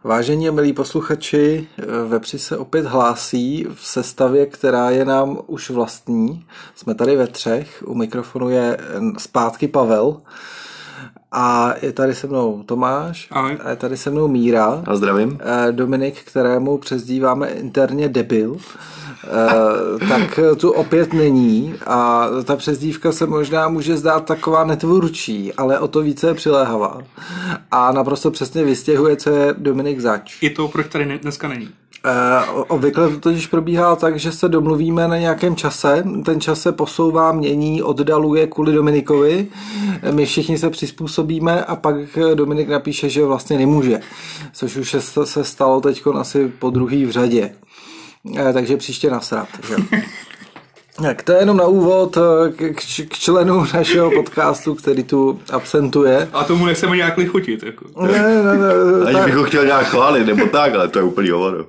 Vážení a milí posluchači, Vepři se opět hlásí v sestavě, která je nám už vlastní. Jsme tady ve třech, u mikrofonu je zpátky Pavel a je tady se mnou Tomáš. Ahoj. A je tady se mnou Míra. A zdravím. Dominik, kterému přezdíváme interně debil. Tak tu opět není a ta přezdívka se možná může zdát taková netvůrčí, ale o to více je přiléhavá a naprosto přesně vystěhuje, co je Dominik zač. I to, proč tady dneska není. Obvykle to totiž probíhá tak, že se domluvíme na nějakém čase, ten čas se posouvá, mění, oddaluje kvůli Dominikovi, my všichni se přizpůsobíme a pak Dominik napíše, že vlastně nemůže, což už se stalo teď asi po druhý v řadě. Takže příště nasrat. Že? Tak to je jenom na úvod k členu našeho podcastu, který tu absentuje. A tomu nechceme nějak lichotit. Jako. Ne, Ani bych ho chtěl nějak chválit, nebo tak, ale to je úplně hovado.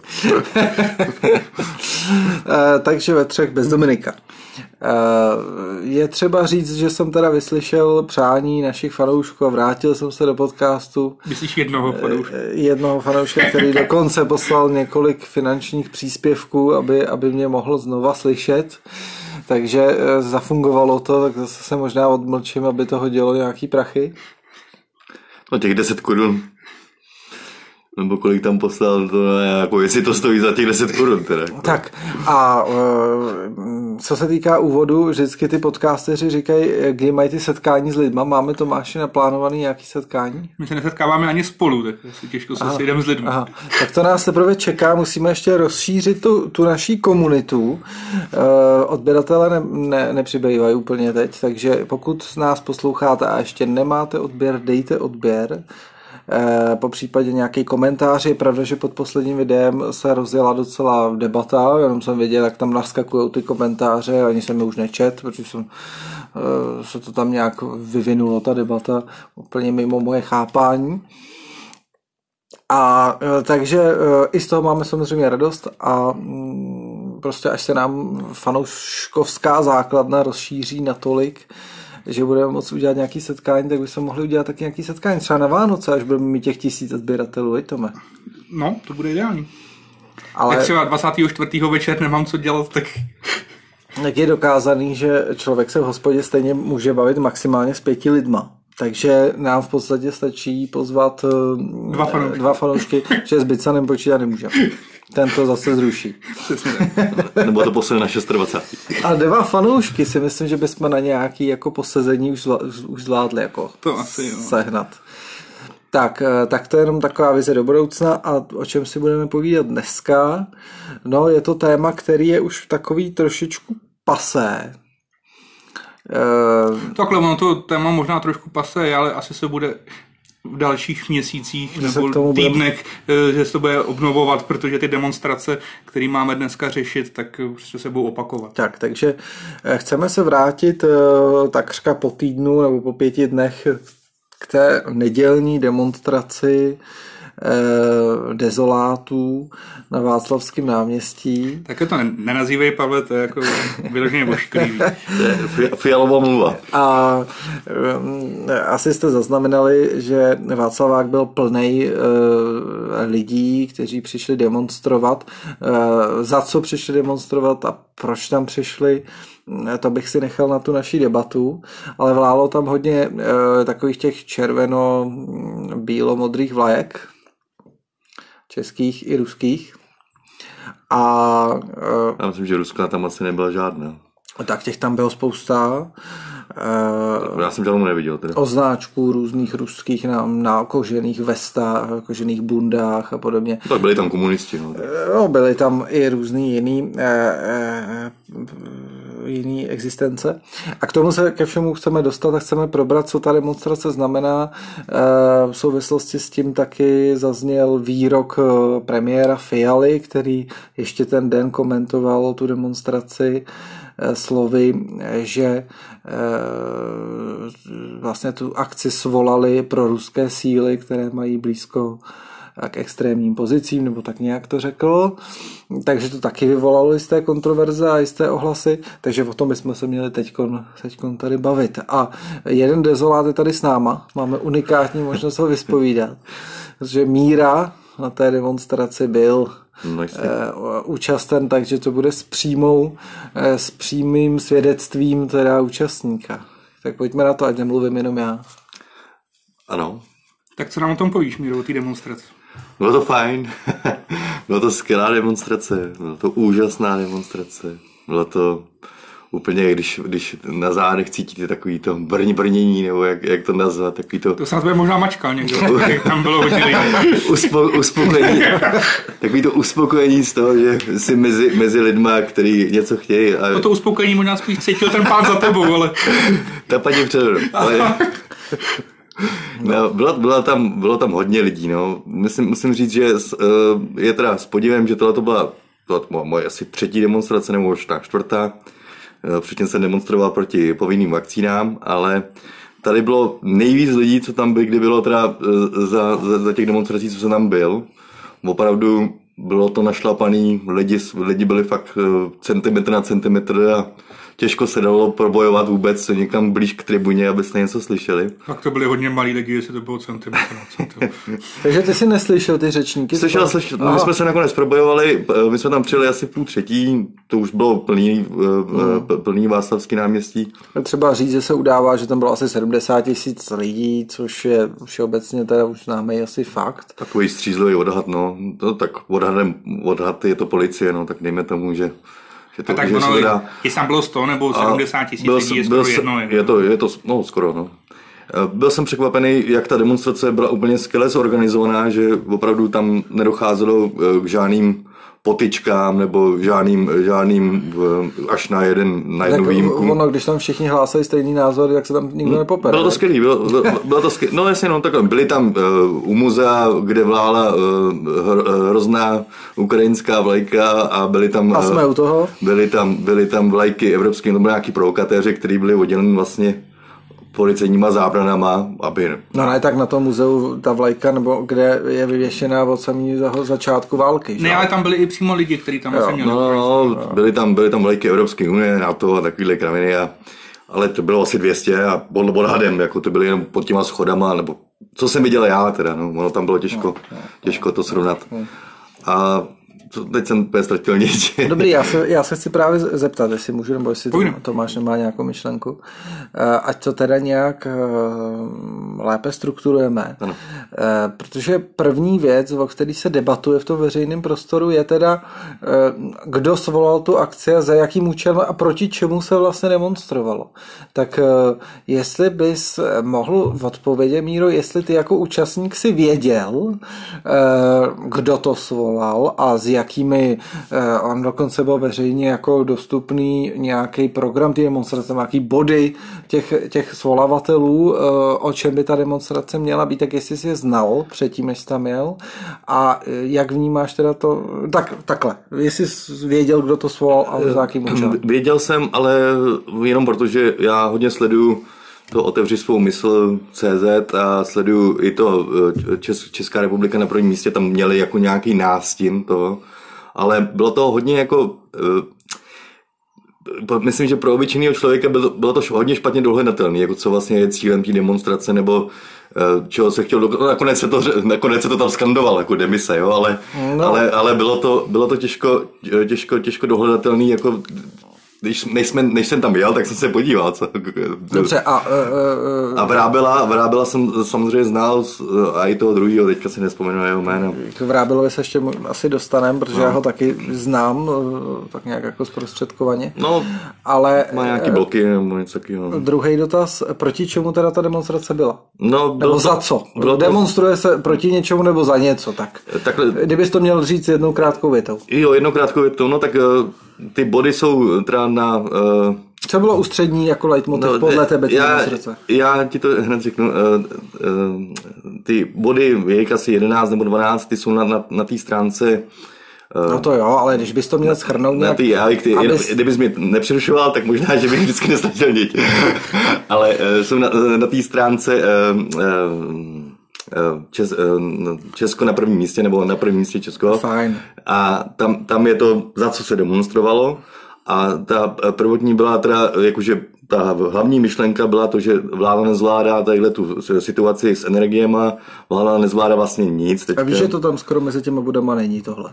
Takže ve třech bez Dominika. Je třeba říct, že jsem teda vyslyšel přání našich fanoušků a vrátil jsem se do podcastu. Myslíš jednoho fanouška? Jednoho fanouška, který dokonce poslal několik finančních příspěvků, aby mě mohl znova slyšet. Takže zafungovalo to, tak zase se možná odmlčím, aby to hodilo nějaký prachy. No těch 10 korun. Nebo kolik tam poslal, to jako jestli to stojí za těch 10 korun teda. Tak a co se týká úvodu, vždycky ty podcasteři říkají, kdy mají ty setkání s lidma. Máme, Tomáši, naplánovaný nějaký setkání? My se nesetkáváme ani spolu, tak asi těžko se sejdeme s lidmi. Aha. Tak to nás teprve čeká, musíme ještě rozšířit tu naší komunitu. Odběratele nepřibývají úplně teď, takže pokud nás posloucháte a ještě nemáte odběr, dejte odběr. Po případě nějaký komentář. Je pravda, že pod posledním videem se rozjela docela debata, jenom jsem věděl, jak tam naskakují ty komentáře, ani jsem je už nečet, protože se to tam nějak vyvinulo, ta debata, úplně mimo moje chápání. A takže i z toho máme samozřejmě radost a prostě až se nám fanouškovská základna rozšíří natolik, že budeme moct udělat nějaký setkání, tak bychom mohli udělat taky nějaký setkání. Třeba na Vánoce, až budeme mít těch 1000 odběratelů, veď Tome? No, to bude ideální. Ale tak třeba 24. večer nemám co dělat, tak je dokázaný, že člověk se v hospodě stejně může bavit maximálně s 5 lidma. Takže nám v podstatě stačí pozvat dva fanoušky, že s Bicanem počítat nemůžeme. Ten to zase zruší. Nebo to posune na 26. A 2 fanoušky si myslím, že bychom na nějaký jako posezení už zvládli jako to asi, jo. Sehnat. Tak to je jenom taková vize do budoucna a o čem si budeme povídat dneska. No, je to téma, který je už takový trošičku pasé. Takhle, ono to téma možná trošku pasé, ale asi se bude v dalších měsících nebo týdnech, že se to bude obnovovat, protože ty demonstrace, které máme dneska řešit, tak prostě se budou opakovat. Takže chceme se vrátit takřka po týdnu nebo po 5 dnech k té nedělní demonstraci dezolátů na Václavském náměstí. Tak to nenazývej, Pavle, to je jako vyloženě ošklivý. Fialová mluva. A asi jste zaznamenali, že Václavák byl plnej lidí, kteří přišli demonstrovat. Za co přišli demonstrovat a proč tam přišli, to bych si nechal na tu naší debatu, ale vlálo tam hodně takových těch červeno-bílo-modrých vlajek, českých i ruských. A já myslím, že ruská tam asi nebyla žádná. Tak těch tam bylo spousta. Já jsem žádnou neviděl. Teda. Označků různých ruských na kožených vestách, kožených bundách a podobně. Tak byli tam komunisti. No, byli tam i různý jiný existence. A k tomu se ke všemu chceme dostat a chceme probrat, co ta demonstrace znamená. V souvislosti s tím taky zazněl výrok premiéra Fialy, který ještě ten den komentoval tu demonstraci slovy, že vlastně tu akci svolali pro ruské síly, které mají blízko k extrémním pozicím, nebo tak nějak to řekl. Takže to taky vyvolalo jisté kontroverze a jisté ohlasy, takže o tom bychom se měli teďkon tady bavit. A jeden dezolát je tady s náma, máme unikátní možnost ho vyspovídat, protože Míra na té demonstraci byl účasten, takže to bude s přímým svědectvím teda účastníka. Tak pojďme na to, ať nemluvím jenom já. Ano. Tak co nám o tom povíš, Míro, o té demonstraci? Bylo to fajn. Bylo to skvělá demonstrace. Bylo to úžasná demonstrace. Bylo to úplně, když na zádech cítíte takový to brnění, nebo jak to nazvat, takový to... To snad bude možná mačka někdo, jak tam bylo hodně lidí. Uspokojení. Takový to uspokojení z toho, že si mezi lidma, který něco chtějí. A... To uspokojení možná spíš cítil ten pán za tebou, ale... Ta paní přede. No, bylo tam hodně lidí, no. Musím říct, že je teda s podívem, že tohle byla moje asi 3. demonstrace, nebo už tak 4. Předtím jsem demonstroval proti povinným vakcínám, ale tady bylo nejvíc lidí, co tam byli, kdy bylo teda za těch demonstrací, co jsem tam byl. Opravdu bylo to našlapaný, lidi byli fakt centimetr na centimetr a těžko se dalo probojovat vůbec někam blíž k tribuně, abyste něco slyšeli. Tak to byly hodně malý lidi, jestli to bylo centimetr na centimetr. Takže ty jsi neslyšel ty řečníky? Slyšel. My jsme se nakonec probojovali, my jsme tam přijeli asi 2:30, to už bylo plný Václavský náměstí. Třeba říct, že se udává, že tam bylo asi 70 000 lidí, což je všeobecně teda už známý asi fakt. Takový střízlivý odhad, no. To tak odhad je to policie, no, tak dejme tomu, že to, a tak ono, jestli tam bylo 100 nebo 70 000 lidí, je skoro jedno. Je to, no skoro, no. Byl jsem překvapený, jak ta demonstrace byla úplně skvěle zorganizovaná, že opravdu tam nedocházelo k žádným potyčkám nebo žádným až na jednu výjimku. Ono, když tam všichni hlásali stejný názor, jak se tam nikdo nepopere. Bylo to skvělý, bylo to skvělý. No jasně, no takhle. Byli tam u muzea, kde vlála hrozná ukrajinská vlajka a byli tam... A jsme u toho? Byly tam vlajky evropské, nebo nějaký provokatéři, kteří byli odděleni vlastně policejníma zábranama, aby... No ne, tak na tom muzeu ta vlajka, nebo kde je vyvěšená od samého začátku války. Ne, ale tam byli i přímo lidi, kteří tam asi měli. No, byly tam vlajky Evropské unie, NATO a takovýhle kraviny, ale to bylo asi 200 a pod odhadem, jako to byly jenom pod těma schodama, nebo co jsem viděl já teda, no, ono tam bylo těžko to srovnat. A teď jsem úplně ztratil nic. Dobrý, já se chci právě zeptat, jestli můžu, nebo jestli Tomáš nemá nějakou myšlenku. Ať to teda nějak lépe strukturujeme. Ano. Protože první věc, o který se debatuje v tom veřejném prostoru, je teda, kdo svolal tu akci a za jakým účelem a proti čemu se vlastně demonstrovalo. Tak jestli bys mohl odpovědět, Míro, jestli ty jako účastník si věděl, kdo to svolal a z jakými, on dokonce byl veřejně jako dostupný nějaký program té demonstrace, nějaký body těch svolavatelů, o čem by ta demonstrace měla být, tak jestli jsi je znal předtím, než jsi tam jel a jak vnímáš teda to, takhle, jestli jsi věděl, kdo to svolal a za jakým účelem. Věděl jsem, ale jenom protože já hodně sleduju to Otevři svou mysl CZ a sleduju i to Česká republika na prvním místě, tam měli jako nějaký nástin toho, ale bylo to hodně jako, myslím, že pro obyčejného člověka bylo to hodně špatně dohledatelné, jako co vlastně je cílem té demonstrace, nebo čeho se chtělo, nakonec se to tam skandovalo, jako demise, jo, ale bylo to těžko dohledatelné, jako než jsem tam jel, tak jsem se podíval. Co... Dobře, a Vrábela jsem samozřejmě znal a i toho druhého, teďka si nespomenu jeho jméno. K Vrábelovi se ještě asi dostaneme, protože já ho taky znám, tak nějak jako zprostředkovaně. No, ale má nějaký bloky nebo něco takového. Druhý dotaz, proti čemu teda ta demonstrace byla? No, nebo za co? Demonstruje se proti něčemu nebo za něco, tak. Takhle... Kdybys to měl říct jednou krátkou větou. Jo, jednou krátkou větou, no tak ty body jsou teda na... Co bylo ústřední jako leitmotiv podle tebe? Já ti to hned řeknu. Ty body, je asi 11 nebo 12, ty jsou na té stránce... No to jo, ale když bys to měl shrnout nějak... Kdybys mě nepřerušoval, tak možná, že bych vždycky nestratil nit. Ale jsou na té stránce... Česko na prvním místě, nebo na prvním místě Česko. Fajn. A tam je to, za co se demonstrovalo. A ta prvotní byla teda, jakože ta hlavní myšlenka byla to, že vláda nezvládá tadyhle tu situaci s energiema, vláda nezvládá vlastně nic. Teďka. A víš, že to tam skoro mezi těma bodama není tohle?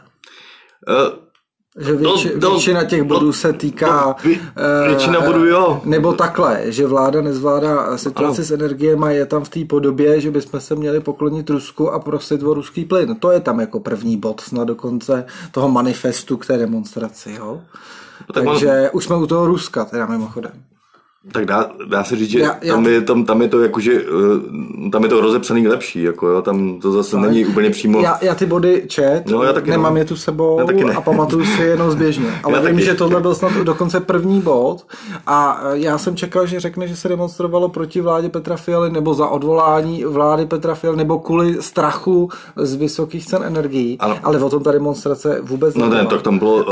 Že většina těch bodů se týká... Většina bodů, jo. Nebo takhle, že vláda nezvládá situaci s energiemi, je tam v té podobě, že bychom se měli poklonit Rusku a prosit o ruský plyn. To je tam jako první bod snad dokonce toho manifestu k té demonstraci, jo. Takže už jsme u toho Ruska, teda mimochodem. Tak dá se říct, že tam je to jakože, tam je to rozepsaný lepší, jako jo, tam to zase není úplně přímo. Já ty body nemám je tu sebou a pamatuju si jenom zběžně, ale vím, že tohle byl snad dokonce první bod a já jsem čekal, že řekne, že se demonstrovalo proti vládě Petra Fialy nebo za odvolání vlády Petra Fialy nebo kvůli strachu z vysokých cen energií, ale o tom ta demonstrace vůbec nebyla. No ne, tak tam bylo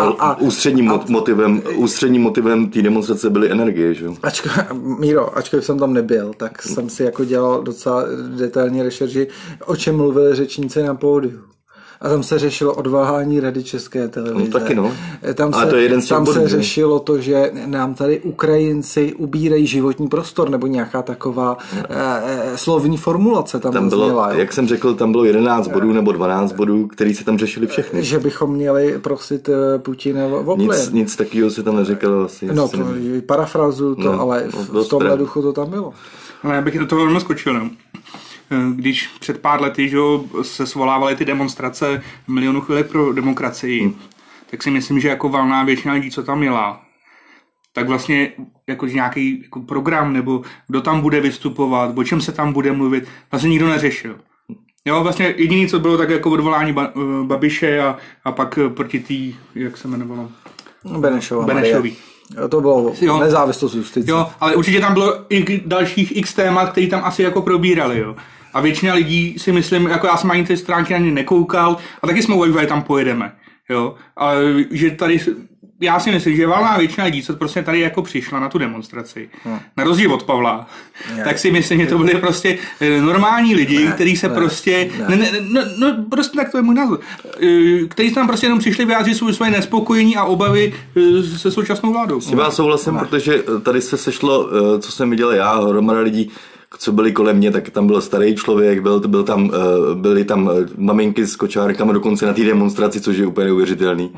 ústředním motivem té demonstrace byly energie, že jo. Míro, ačkoliv jsem tam nebyl, tak jsem si jako dělal docela detailní rešerži, o čem mluvili řečníci na pódiu. A tam se řešilo odváhání Rady České televize. No taky no. Tam se řešilo to, že nám tady Ukrajinci ubírají životní prostor, nebo nějaká taková slovní formulace tam bylo, zněla. Jak jsem řekl, tam bylo 11 bodů nebo 12 bodů, který se tam řešili všechny. Že bychom měli prosit Putina o plyn. Nic takového se tam neřeklo asi. No to parafrazuju to, ale v tomhle duchu to tam bylo. Ale já bych do toho velmi skočil, no. Když před pár lety že se svolávaly ty demonstrace milionů chvílek pro demokracii, tak si myslím, že jako valná většina lidí, co tam jela, tak vlastně jako nějaký jako program nebo kdo tam bude vystupovat, o čem se tam bude mluvit, vlastně nikdo neřešil. Jo, vlastně jediné, co bylo, tak jako odvolání Babiše a pak proti tý, jak se jmenovalo? Benešový. To bylo nezávislost justice. Jo, ale určitě tam bylo i dalších x témat, které tam asi jako probírali, jo. A většina lidí si myslím, jako já jsem ani ty stránky ani nekoukal a taky jsme uvažovali, tam pojedeme, jo. Ale že tady, já si myslím, že valná většina lidí, co prostě tady jako přišla na tu demonstraci, na rozdíl od Pavla, tak si myslím, že to byly prostě normální lidi, kteří se prostě, prostě tak to je můj názor, kteří tam prostě jenom přišli vyjádřit svoje nespokojení a obavy se současnou vládou. S vás souhlasím, protože tady se sešlo, co jsem viděl já, hromada lidí, co byli kolem mě, tak tam byl starý člověk, byly tam maminky s kočárkama dokonce na té demonstraci, což je úplně neuvěřitelný.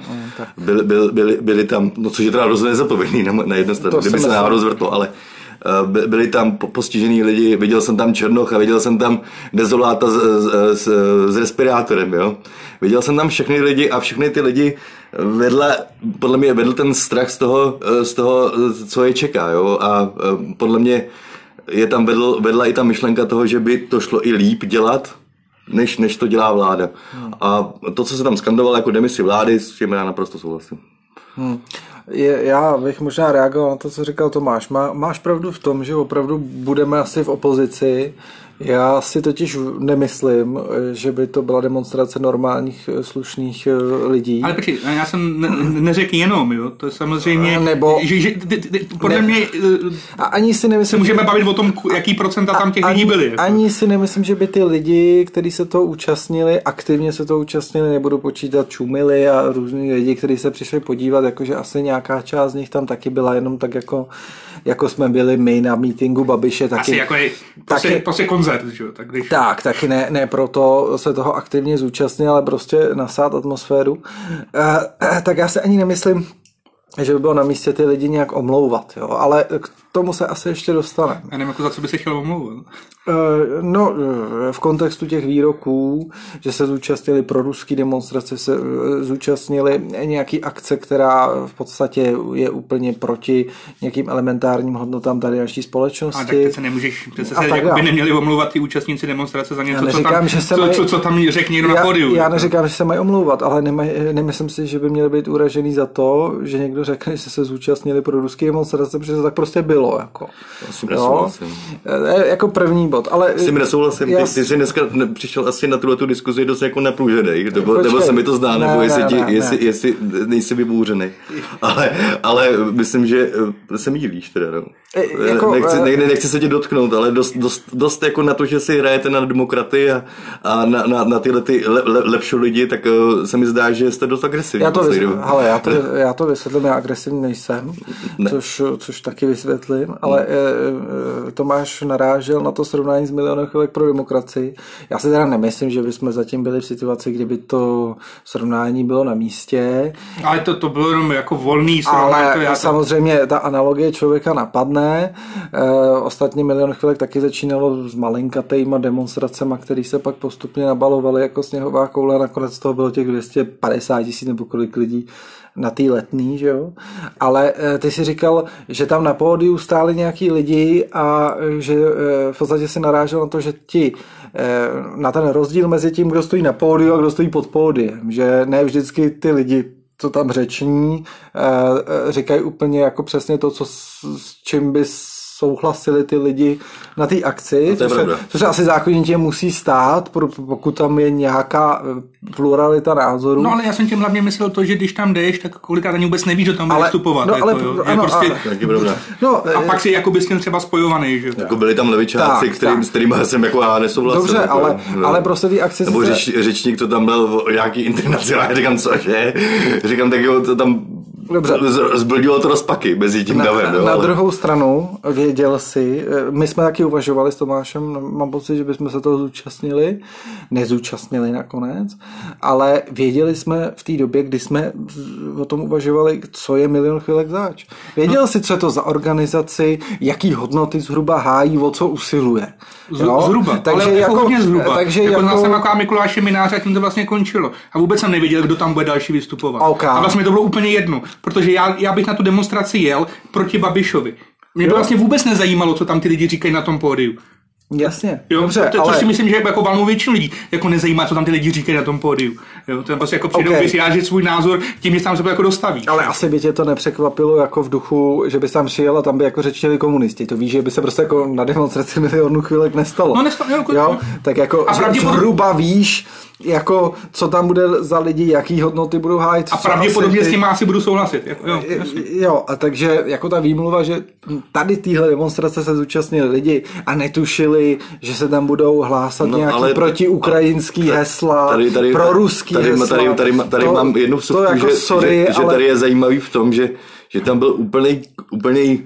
Byli tam, no což je teda rozhodně nezapovědný na jednu stranu, kdyby se náhodou zvrtlo, ale byli tam postižený lidi, viděl jsem tam Černoch a viděl jsem tam dezoláta s respirátorem, jo. Viděl jsem tam všechny lidi a všechny ty lidi podle mě vedl ten strach z toho, co je čeká, jo. A podle mě je tam vedla i ta myšlenka toho, že by to šlo i líp dělat, než to dělá vláda. A to, co se tam skandovalo jako demisi vlády, s tím já naprosto souhlasím. Já bych možná reagoval na to, co říkal Tomáš. Máš pravdu v tom, že opravdu budeme asi v opozici. Já si totiž nemyslím, že by to byla demonstrace normálních, slušných lidí. Ale počkej, já jsem neřekl jenom, jo. To je samozřejmě, podle mě a ani si nemyslím, se můžeme bavit o tom, jaký procenta tam těch lidí byli. Jako. Ani si nemyslím, že by ty lidi, kteří se toho účastnili, aktivně se toho účastnili, nebudu počítat čumily a různý lidi, kteří se přišli podívat, jakože asi nějaká část z nich tam taky byla jenom tak jako jsme byli my na meetingu Babiše. Taky, asi jako je prostě koncert, že jo? Taky ne proto se toho aktivně zúčastnil, ale prostě nasát atmosféru. Tak já si ani nemyslím, že by bylo na místě ty lidi nějak omlouvat, jo? Ale k tomu se asi ještě dostaneme. Já nevím, jako za co by se chtěl omlouvat. No, v kontextu těch výroků, že se zúčastnili pro ruský demonstrace, se zúčastnili nějaký akce, která v podstatě je úplně proti nějakým elementárním hodnotám tady naší společnosti. A tak se nemůžeš, přece se jako by neměli omlouvat ty účastníci demonstrace za něco, co tam řekne někdo na pódiu. Já neříkám, že se mají omlouvat, ale nemyslím si, že by měli být uražený za to, že někdo řekne, že se zúčastnili pro ruský demonstrace, protože to tak prostě bylo. Jako první bod, ale... S tím nesouhlasím, ty jsi dneska přišel asi na tu diskuzi dost jako napružený, nebo se mi to zdá, nebo jestli nejsi vybouřený. Ale myslím, že se mýlíš teda, no. Nechci se tě dotknout, ale dost jako na to, že si hrajete na demokraty a na tyhle ty lepší lidi, tak se mi zdá, že jste dost agresivní. Já to vysvětlím, já agresivní nejsem, což taky vysvětlí myslím, ale Tomáš narážel na to srovnání s Milionem chvilek pro demokracii. Já si teda nemyslím, že bychom zatím byli v situaci, kdyby to srovnání bylo na místě. Ale to bylo jenom jako volný srovnání. Ale samozřejmě ta analogie člověka napadne. Ostatně Milion chvilek taky začínalo s malinkatejma demonstracema, které se pak postupně nabalovaly jako sněhová koule. Nakonec toho bylo těch 250 000 nebo kolik lidí na té Letný, že jo? Ale ty si říkal, že tam na pódiu stáli nějaký lidi a že v podstatě si narážel na to, že na ten rozdíl mezi tím, kdo stojí na pódiu a kdo stojí pod pódiem, že ne vždycky ty lidi, co tam řeční, říkají úplně jako přesně to, s čím by souhlasili ty lidi na té akci, což se asi zákonitě musí stát, pokud tam je nějaká pluralita názorů. No ale já jsem tím hlavně myslel to, že když tam jdeš, tak kolikrát ani vůbec nevíš, že tam bude vstupovat. No, ale, ano, prostě, no, a pak si jako bys s tím třeba spojovaný. Že? Jako byli tam levičáci, s kterými jsem jako já nesouhlasil. Dobře, jako, ale prostě ty akce... Nebo řečník, to tam byl nějaký internacionál, říkám, cože? Říkám, tak jo, to tam... Dobře. Zbludilo to rozpaky mezi tím davem. Na druhou stranu věděl si, my jsme taky uvažovali s Tomášem, mám pocit, že bychom se toho nezúčastnili nakonec, ale věděli jsme v té době, kdy jsme o tom uvažovali, co je Milion chvilek zač. Věděl si, co je to za organizaci, jaký hodnoty zhruba hájí, o co usiluje. Zhruba, takže ale jako hodně zhruba. Takže jako znal jsem jako Mikuláše Mináře a tím to vlastně končilo. A vůbec jsem nevěděl, kdo tam bude další vystupovat. Okay. A vlastně to bylo úplně jedno, protože já bych na tu demonstraci jel proti Babišovi. Mě to vlastně vůbec nezajímalo, co tam ty lidi říkají na tom pódiu. Jasně. Jo? Dobře, ale... si myslím, že jako valnou většinu lidí jako nezajímá, co tam ty lidi říkají na tom pódiu. Jo? To je prostě jako přijdou vyjádřit svůj názor tím, že se tam sebe jako dostaví. Ale asi by tě to nepřekvapilo jako v duchu, že bys tam přijel a tam by jako řečnili komunisti. To víš, že by se prostě jako na demonstraci Milionu chvilek nestalo. No nestalo. Jo? Tak jako zhruba víš, jako co tam bude za lidi, jaký hodnoty budou hájit. A pravděpodobně s tím asi budu souhlasit. Jo, a takže jako ta výmluva, že tady téhle demonstrace se zúčastnili lidi a netušili, že se tam budou hlásat nějaký protiukrajinský hesla, proruský hesla. Tady mám jednu vsuvku, jako že tady je zajímavý v tom, že tam byl úplně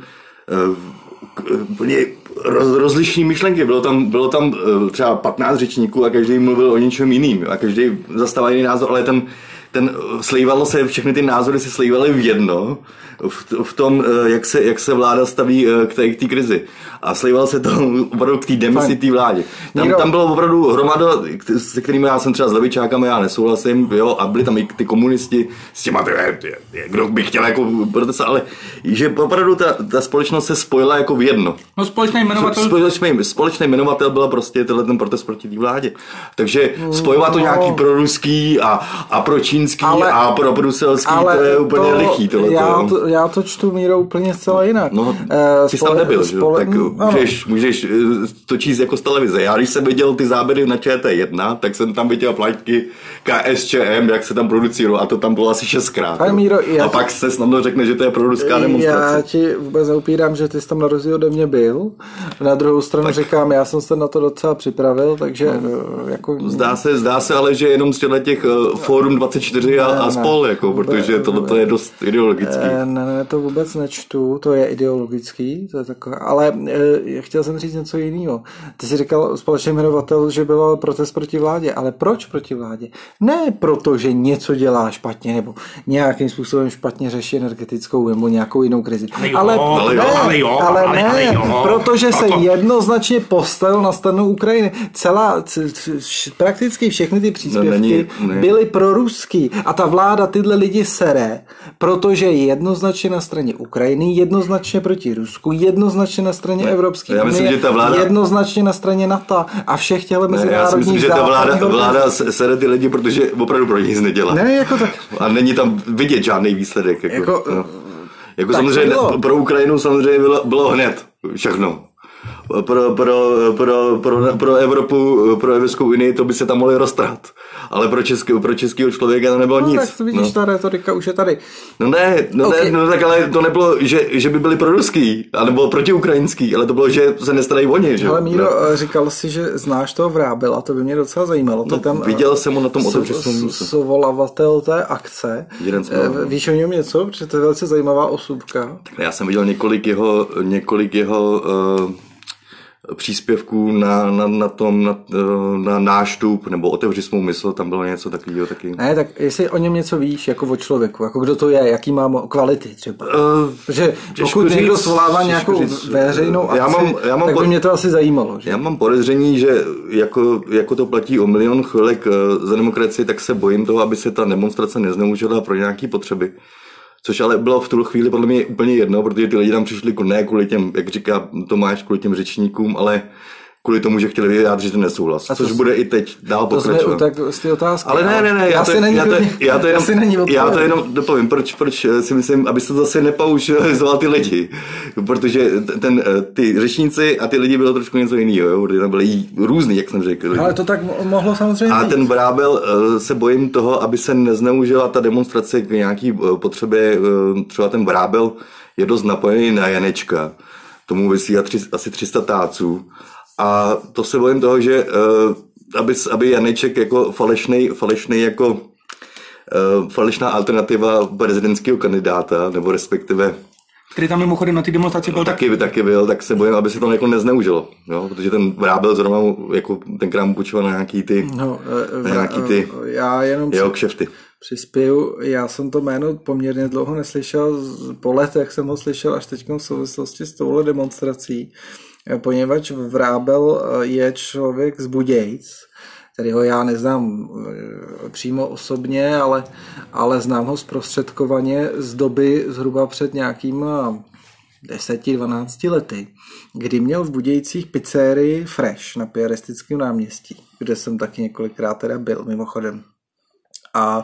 rozlišný myšlenky. Bylo tam třeba 15 řečníků a každý mluvil o něčem jiným a každý zastával jiný názor, ale slejvalo se, všechny ty názory se slejvaly v jedno, v tom, jak se vláda staví k té krizi. A slejvalo se to opravdu k té demisi té vládě. Tam bylo opravdu hromada, se kterými já jsem třeba s levičákami, já nesouhlasím, jo, a byli tam i ty komunisti s těma, kdo by chtěl jako protestovat, ale že opravdu ta společnost se spojila jako v jedno. No společný jmenovatel byla prostě ten protest proti té vládě. Takže spojovat to nějaký proruský a pročínský a probruselský, to je úplně lichý. Já to čtu, Míro, úplně zcela jinak. No, ty jsi tam nebyl, tak můžeš to číst jako z televize. Já když jsem viděl ty záběry na ČT1, tak jsem tam viděl flightky KSČM, jak se tam producují, a to tam bylo asi 6krát. Míro, a pak se snadno řekne, že to je proruská demonstrace. Já ti vůbec neupírám, že ty jsi tam na rozdíl ode mě byl. Na druhou stranu říkám, já jsem se na to docela připravil, takže jako... Zdá se ale, že jenom z těch Fórum 24 a spol, jako, protože tohle je dost ideologický. Ne, to vůbec nečtu, to je ideologický, to je takové, ale chtěl jsem říct něco jiného. Ty jsi říkal společný jmenovatel, že byl protest proti vládě, ale proč proti vládě? Ne proto, že něco dělá špatně, nebo nějakým způsobem špatně řeší energetickou nebo nějakou jinou krizi. Ale ne, protože se jednoznačně postavil na stranu Ukrajiny. Prakticky všechny ty příspěvky byly proruský a ta vláda tyhle lidi sere, protože je jednoznačně na straně Ukrajiny, jednoznačně proti Rusku, jednoznačně na straně Evropské unie, jednoznačně na straně NATO a všech těchto mezinárodních. Já si myslím, že ta vláda sere ty lidi, protože opravdu pro nic nedělá. Ne, jako tak. A není tam vidět žádný výsledek. Jako samozřejmě pro Ukrajinu samozřejmě bylo hned všechno. pro Evropu, pro Evropskou unii, to by se tam mohli roztrhat. Ale pro českého člověka to nebylo nic. Tak vidíš, ta retorika už je tady. No tak ale to nebylo, že by byli proruský, anebo protiukrajinský, ale to bylo, že se nestarají o ně. Že? Ale Míro, říkal jsi, že znáš toho Vrábela, to by mě docela zajímalo. No, tam viděl jsem ho na tom otevřeném svolavatel té akce. Víš o něm něco? Protože to je velice zajímavá osobka. Tak já jsem viděl několik jeho příspěvků na náštup nebo Otevři svou mysl, tam bylo něco takového taky. Ne, tak jestli o něm něco víš, jako o člověku, jako kdo to je, jaký má kvality třeba. Protože pokud někdo svolává nějakou veřejnou akci, tak by mě to asi zajímalo. Že? Já mám podezření, že jako to platí o milion chvilek za demokracii, tak se bojím toho, aby se ta demonstrace nezneužila pro nějaké potřeby. Což ale bylo v tu chvíli podle mě úplně jedno, protože ty lidi tam přišli ne kvůli těm, jak říká Tomáš, kvůli těm řečníkům, ale kvůli tomu, že chtěli vyjádřit ten nesouhlas. Což bude i teď dál pokračovat. Tak z té otázky. Ale ne, já to jenom dopovím, proč si myslím, aby se to zase nepaušalizoval ty lidi. Protože ty řečníci a ty lidi bylo trošku něco jiného, protože tam byli různý, jak jsem řekl. Ale to tak mohlo samozřejmě A ten Vrábel se bojím toho, aby se nezneužila ta demonstrace k nějaký potřebě, třeba ten Vrábel je dost napojený na Janečka. Tomu vysí asi 300 táců. A to se bojím toho, že aby Janeček jako falešná alternativa prezidentského kandidáta, nebo respektive který tam mimochodem na ty demonstraci byl taky byl, tak se bojím, aby se to jako nezneužilo. Jo? Protože ten Vrábel zrovna jako tenkrát mu půjčoval na nějaký ty jeho kšefty. Přispěju, já jsem to jméno poměrně dlouho neslyšel, po letech jsem ho slyšel až teď v souvislosti s touhle demonstrací, poněvadž Vrábel je člověk z Budějic, kterýho já neznám přímo osobně, ale znám ho zprostředkovaně z doby zhruba před nějakýma 10-12 lety, kdy měl v Budějcích pizzerii Fresh na Piaristickém náměstí, kde jsem taky několikrát teda byl mimochodem. A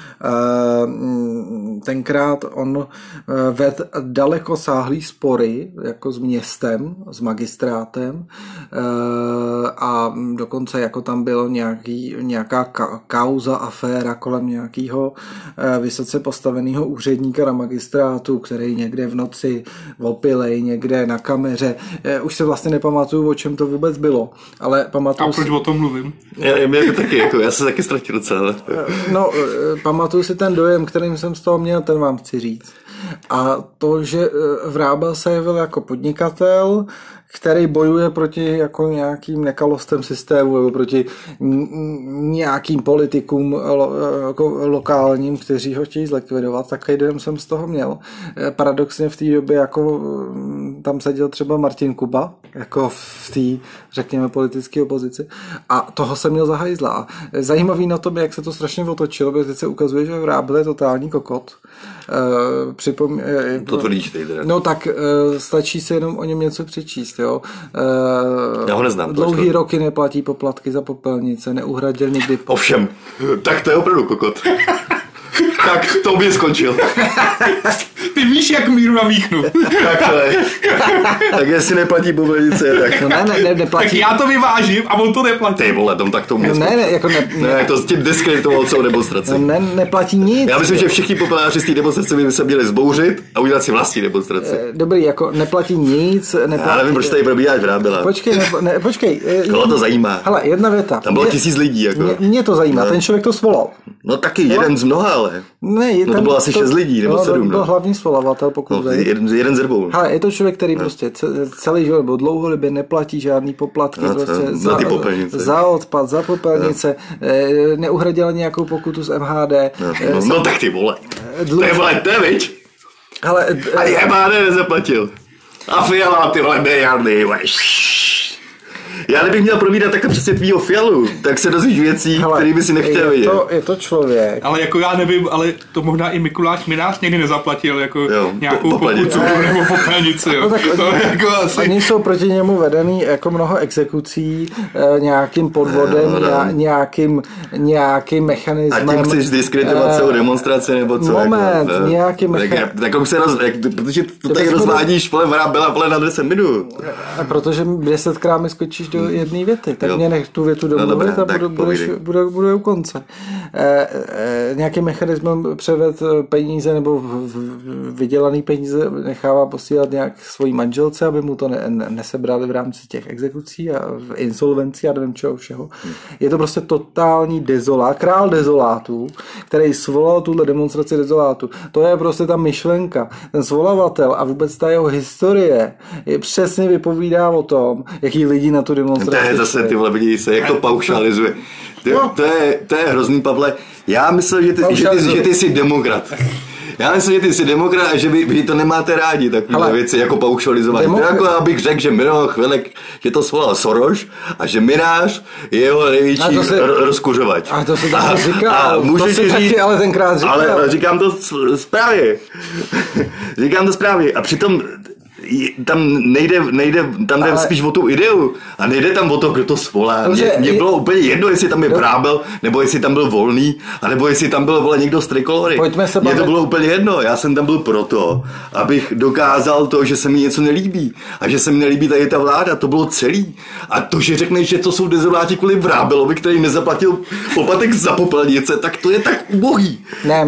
tenkrát on vedl dalekosáhlý spory jako s městem, s magistrátem a dokonce jako tam bylo nějaká kauza, aféra kolem nějakého vysoce postaveného úředníka na magistrátu, který někde v noci opilej, někde na kameře. Už se vlastně nepamatuju, o čem to vůbec bylo, ale pamatuju. A proč o tom mluvím? Já se taky ztratil docela. No, pamatuju si ten dojem, kterým jsem z toho měl, ten vám chci říct. A to, že Vrábel se jevil jako podnikatel, který bojuje proti jako nějakým nekalostem systému nebo proti nějakým politikům jako lokálním, kteří ho chtějí zlikvidovat, takový dojem jsem z toho měl. Paradoxně v té době jako tam seděl třeba Martin Kuba, jako v té, řekněme, politické opozici a toho jsem měl za hajzla. Zajímavý na tom, jak se to strašně otočilo, protože teď se ukazuje, že Vrábel je totální kokot. To tvrdíš ty. No tak stačí se jenom o něm něco přečíst, jo. Já ho neznám. Dlouhý roky neplatí poplatky za popelnice, neuhradil nikdy. Ovšem, tak to je opravdu kokot. Tak to by skončil. Ty víš, jak míru namíchnu. Tak to je. Tak jestli neplatí popelnice, tak... No neplatí. Tak já to vyvážím a on to neplatí. Ty vole, tak to může ne, to s tím diskreditoval celou demonstraci. No neplatí nic. Já myslím, že všichni popeláři z té demonstrace by se měli zbouřit a udělat si vlastní demonstraci. Dobrý, jako neplatí nic. Já nevím, proč tady probíháš Vrábela. Počkej. Koho to zajímá? Hele, jedna věta. Tam bylo 1000 lidí. Jako. Mě to zajímá, ten člověk to svolal. No taky jeden z mnoha, ale. Ne, to bylo asi 6 lidí, nebo 7. To byl hlavní svolavatel, pokud jeden z drbou. Hele, je to člověk, který prostě celý život nebo dlouhodobě neplatí žádný poplatky za odpad, za popelnice, neuhradil nějakou pokutu z MHD. No tak ty vole. To je viď? Ani MHD nezaplatil. A Fiala, ty vole, miliardy. Já kdybych měl probírat takhle přesně tvýho Fialu, tak se dozvíš věcí, které by si nechtěl vidět. Je to člověk. Ale jako já nevím, ale to možná i Mikuláš Minář někdy nezaplatil jako nějakou pokutu nebo popelnici. Jo. No, jako asi... Oni jsou proti němu vedený jako mnoho exekucí, nějakým podvodem, nějakým mechanismem. A tím chceš diskreditovat celou demonstraci nebo co? Moment, jako, nějaký mechanism. Protože to tady rozvádíš, byla na 10 minut. Protože 10krát mi skočíš do jedné věty, tak mě nech tu větu domluvit a bude u konce. Nějakým mechanismem převed peníze nebo vydělaný peníze nechává posílat nějak svojí manželce, aby mu to nesebrali v rámci těch exekucí a insolvencí a nevím čeho všeho. Je to prostě totální dezolát, král dezolátů, který svolal tuhle demonstraci dezolátů. To je prostě ta myšlenka. Ten svolavatel a vůbec ta jeho historie přesně vypovídá o tom, jaký lidi na tu demonstraci. To je zase ty vole, vidíš se, jak to paušalizuje. To je hrozný, Pavle. Já myslel, že ty jsi demokrat. Já myslím, že ty jsi demokrat a že vy to nemáte rádi, takové věci jako paušalizovat. To jako abych řekl, že Miroslav Chvilek, že to svolal Soros a že Minář je jeho největší rozkuřovač. A to se taky říkal. To si taky ale tenkrát říkal. Ale říkám to správně. Říkám to správně. A přitom tam jde spíš o tu ideu a nejde tam o to, kdo to svolá. Mně bylo úplně jedno, jestli tam je Vrábel, nebo jestli tam byl Volný, anebo jestli tam byl někdo z Trikolory. Mně to bylo úplně jedno, já jsem tam byl proto, abych dokázal to, že se mi něco nelíbí a že se mi nelíbí tady ta vláda, to bylo celý. A to, že řekneš, že to jsou dezoláti kvůli Vrábelovi, který nezaplatil poplatek za popelnice, tak to je tak ubohý.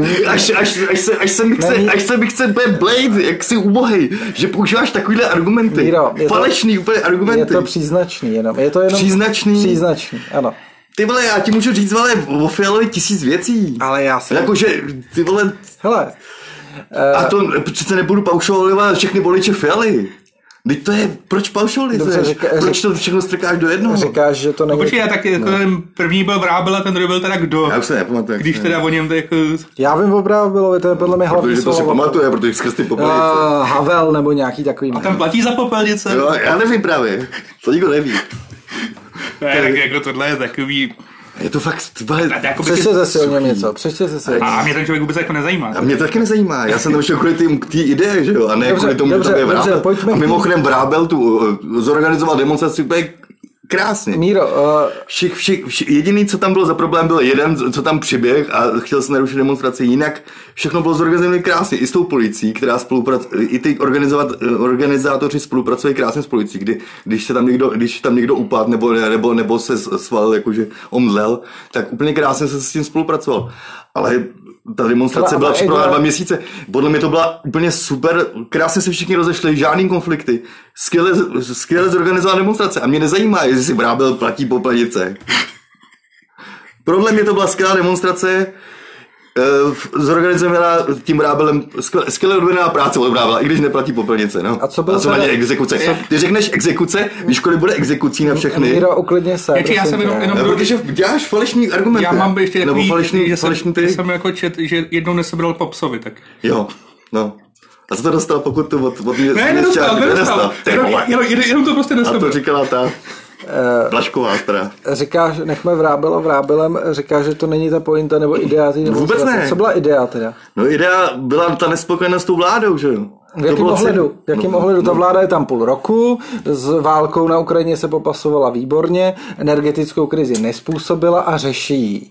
Až se mi chce Blade, jak si ubohej, že používáš takovýhle argumenty. Míro, falešný úplně argumenty. Je to příznačný jenom. Je to jenom příznačný, ano. Ty vole, já ti můžu říct, vole, o Fialovi 1000 věcí. Ale já jsem... Jakože, ty vole... Hele. A to přece nebudu paušalizovat všechny voliče Fialy. Teď to je, proč paušalizuješ? Proč to všechno strkáš do jednoho? Říkáš, že to není... Počkej, tak jako ten první byl Vrábel a ten druhý byl teda kdo? Já už se nepamatuju. Když teda o něm tak... Já vím o Vrábelovi, to je podle mě hlavní slovo. Protože to si pamatuje, protože skrz ty popelnice. Havel nebo nějaký takový. A ten platí za popelnice? Jo, já nevím právě. To nikdo neví. Ne, tak jako tohle je takový... Je to fakt... Přečtěte si o něm něco, přečtěte si. A mě ten člověk vůbec jako nezajímá. A mě to taky nezajímá, já jsem tam šel kvůli té ideje, že jo, a ne kvůli tomu, že to je Vrábel. A mimochodem Vrábel tu zorganizoval demonstraci úplně krásně. Míro, jediný, co tam bylo za problém, byl jeden, co tam přiběh a chtěl se narušit demonstraci, jinak všechno bylo zorganizované krásně, i s tou policií, která spolupracuje, i ty organizátoři spolupracují krásně s policií, když tam někdo upadl nebo se svalil, jakože omdlel, tak úplně krásně se s tím spolupracoval. Ale ta demonstrace byla připravena 2 měsíce. Podle mě to byla úplně super, krásně se všichni rozešli, žádný konflikty. Skvěle zorganizovaná demonstrace. A mě nezajímá, jestli si Vrábel platí popelnice. Podle mě to byla skvělá demonstrace, zorganizovaná tím Vrábelem, skvěle odvedená práce od Vrábela, i když neplatí popelnice. No. A co bylo teda... exekuce? Ty řekneš exekuce, víš, kolik bude exekucí na všechny? Míro, uklidně se. Já jsem jenom protože děláš falešný argumenty. Já mám ještě takový, falešný že jsem jako čet, že jednou nesebral Popsovi, tak. Jo, no. A co to dostal pokutu od mě? Ne, nedostal. Jenom to prostě dostal. A to říkala ta... Blašková teda. Říkáš, nechme Vrábela Vrábelem, říkáš, že to není ta pointa nebo idea. Vůbec ne. Co byla idea teda? No idea byla ta nespokojenost s tou vládou, že jo? V jakém ohledu? Ta vláda je tam půl roku, s válkou na Ukrajině se popasovala výborně, energetickou krizi nespůsobila a řeší.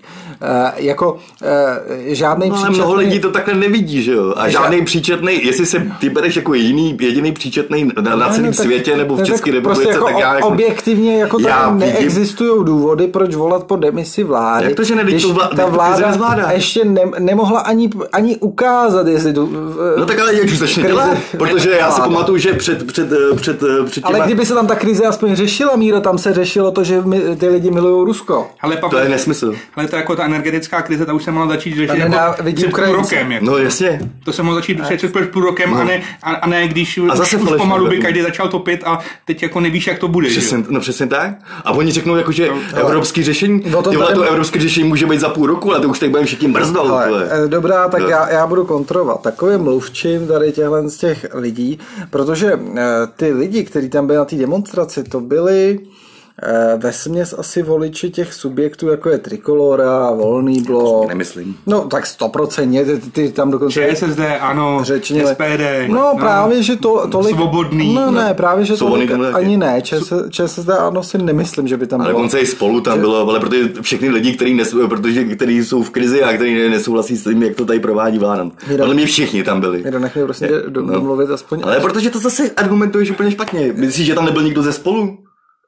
Žádný příčetný... Ale mnoho lidí to takhle nevidí, že jo? A žádný příčetný, jestli se ty bereš jako jediný příčetný na celém světě nebo v České republice, prostě tak já jako... Objektivně jako tady neexistují důvody, proč volat po demisi vlády. Jak to, že ta vláda ještě nemohla ani ukázat, jestli tu... No tak ale jak už začne dělat? Protože já si pamatuju, že před těma... Ale kdyby se tam ta krize aspoň řešila, Míro, tam se řešilo to, že ty lidi milují Rusko. To je nesmysl. Ale to jako ta energetická krize, ta už se mohla začít řešit před půl rokem. Jako. No jasně. To se mohlo začít řešit před půl rokem a ne když už pomalu by každý začal topit a teď jako nevíš, jak to bude. Přesně tak. A oni řeknou, jako, že evropský řešení, to evropské řešení může být za půl roku, ale to už tak budeme všichni brzdou. Dobrá, tak já budu kontrolovat. Takovým mluvčím tady z těch lidí, protože ty lidi, kteří tam byli na té demonstraci, to byli vesměs asi voliči těch subjektů, jako je Trikolora, Volný blok. Nemyslím. No tak 100%, ty tam dokonce... ČSSD, ano, řečnili. SPD. No právě, že tolik... Svobodný. No ne, právě, že tolik ani ne. No. ČSSD ano si nemyslím, že by tam bylo. Ale dokonce i Spolu tam bylo, ale protože všechny lidi, kteří jsou v krizi a kteří nesouhlasí s tím, jak to tady provádí vláda. Ale mě všichni tam byli. Nech mě prostě domluvit aspoň. Ale protože to zase argumentuješ úplně špatně. Myslíš, že tam nebyl nikdo ze Spolu?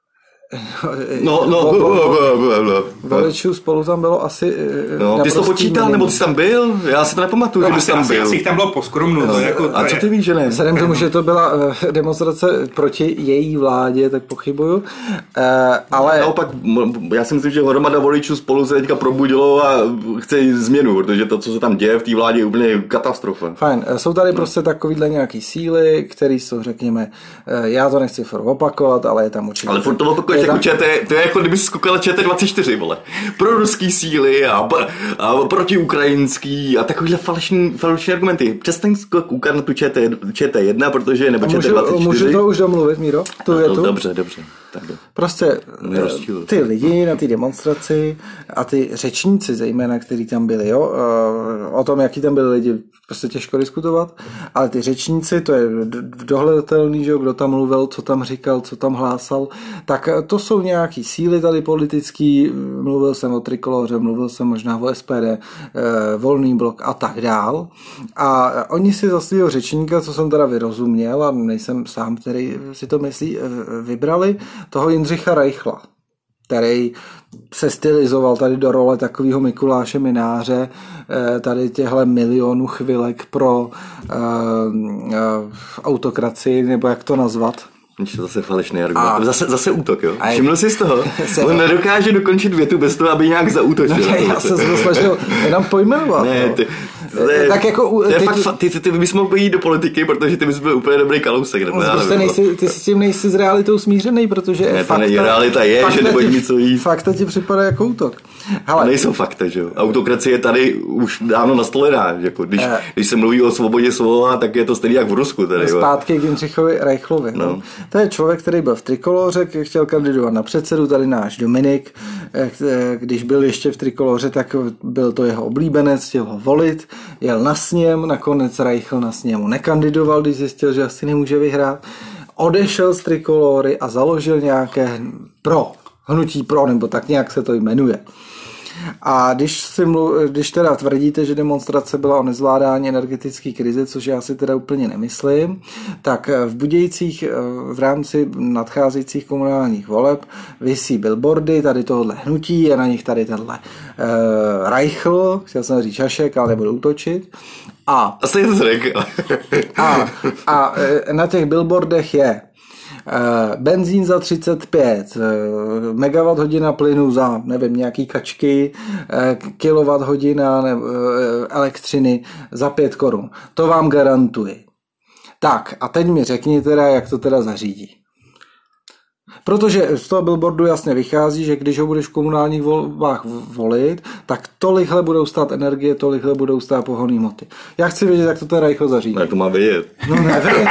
Voličů Spolu tam bylo asi... No, ty jsi to počítal, nebo ty jsi tam byl? Já si to nepamatuju, že jsi tam byl. Asi tam bylo poskromnu. No, jako, a co ty víš, že ne? Vzhledem k tomu, že to byla demonstrace proti její vládě, tak pochybuju. Ale... Naopak, já si myslím, že hromada voličů Spolu se teďka probudilo a chce změnu, protože to, co se tam děje v té vládě, je úplně katastrofa. Fajn, jsou tady prostě takovýhle nějaký síly, které jsou, řekněme, já to nechci furt opakovat, ale je tam určitě... Ale furt to opakuješ jako to je jako kdyby jsi koukala ČT24, vole. Pro ruský síly a protiukrajinský a takovýhle falešný argumenty. Přestaň koukat na tu ČT1, protože nebo ČT24. Můžu to už domluvit, Míro? Dobře. Tak prostě ty lidi na té demonstraci a ty řečníci zejména, kteří tam byli, jo, o tom, jaký tam byli lidi, prostě těžko diskutovat, ale ty řečníci, to je dohledatelný, že jo, kdo tam mluvil, co tam říkal, co tam hlásal, tak to jsou nějaký síly tady politický, mluvil jsem o Trikoloře, mluvil jsem možná o SPD, Volný blok a tak dál. A oni si za svého řečníka, co jsem teda vyrozuměl a nejsem sám, který si to myslí, vybrali toho Jindřicha Reichla, který se stylizoval tady do role takového Mikuláše Mináře, tady těhle milionů chvilek pro autokracii, nebo jak to nazvat. Zase falešný argument. Zase útok, jo? Všiml jsi z toho? On nedokáže dokončit větu bez toho, aby nějak zaútočil. No, já jsem se snažil jenom pojmenovat. Ne, tak jako, ty bys mohl jít do politiky, protože ty bys byl úplně dobrý Kalousek. Ty s tím nejsi s realitou smířený, protože ne, realita je, že nebojí mi co jí. Fakta ti připadá jako útok. Hele. Nejsou fakta, že jo? Autokracie je tady už dávno nastolená. Jako když se mluví o svobodě slova, tak je to stejně jak v Rusku. Tady, zpátky k Jindřichovi Reichlovi. No. To je člověk, který byl v Trikoloře, chtěl kandidovat na předsedu, tady náš Dominik. Když byl ještě v Trikoloře, tak byl to jeho oblíbenec, chtěl ho volit, jel na sněm, nakonec Reichl na sněmu nekandidoval, když zjistil, že asi nemůže vyhrát. Odešel z Trikolory a založil nějaké hnutí pro, nebo tak nějak se to jmenuje. A když teda tvrdíte, že demonstrace byla o nezvládání energetické krize, což já si teda úplně nemyslím, tak v Budějcích v rámci nadcházejících komunálních voleb visí billboardy tady tohohle hnutí, je na nich tady tenhle Reichl, chtěl jsem říct Šašek, ale nebudu útočit. Asi to řekl. A na těch billboardech je benzín za 35, megawatt hodina plynu za, nevím, nějaký kačky, kilowatt hodina elektřiny za 5 korun. To vám garantuji. Tak, a teď mi řekni teda, jak to teda zařídí. Protože z toho billboardu jasně vychází, že když ho budeš v komunálních volbách volit, tak tolikhle budou stát energie, tolikhle budou stát pohonné hmoty. Já chci vědět, jak to ten Reichl zařídí. Jak to má vědět? No nevím.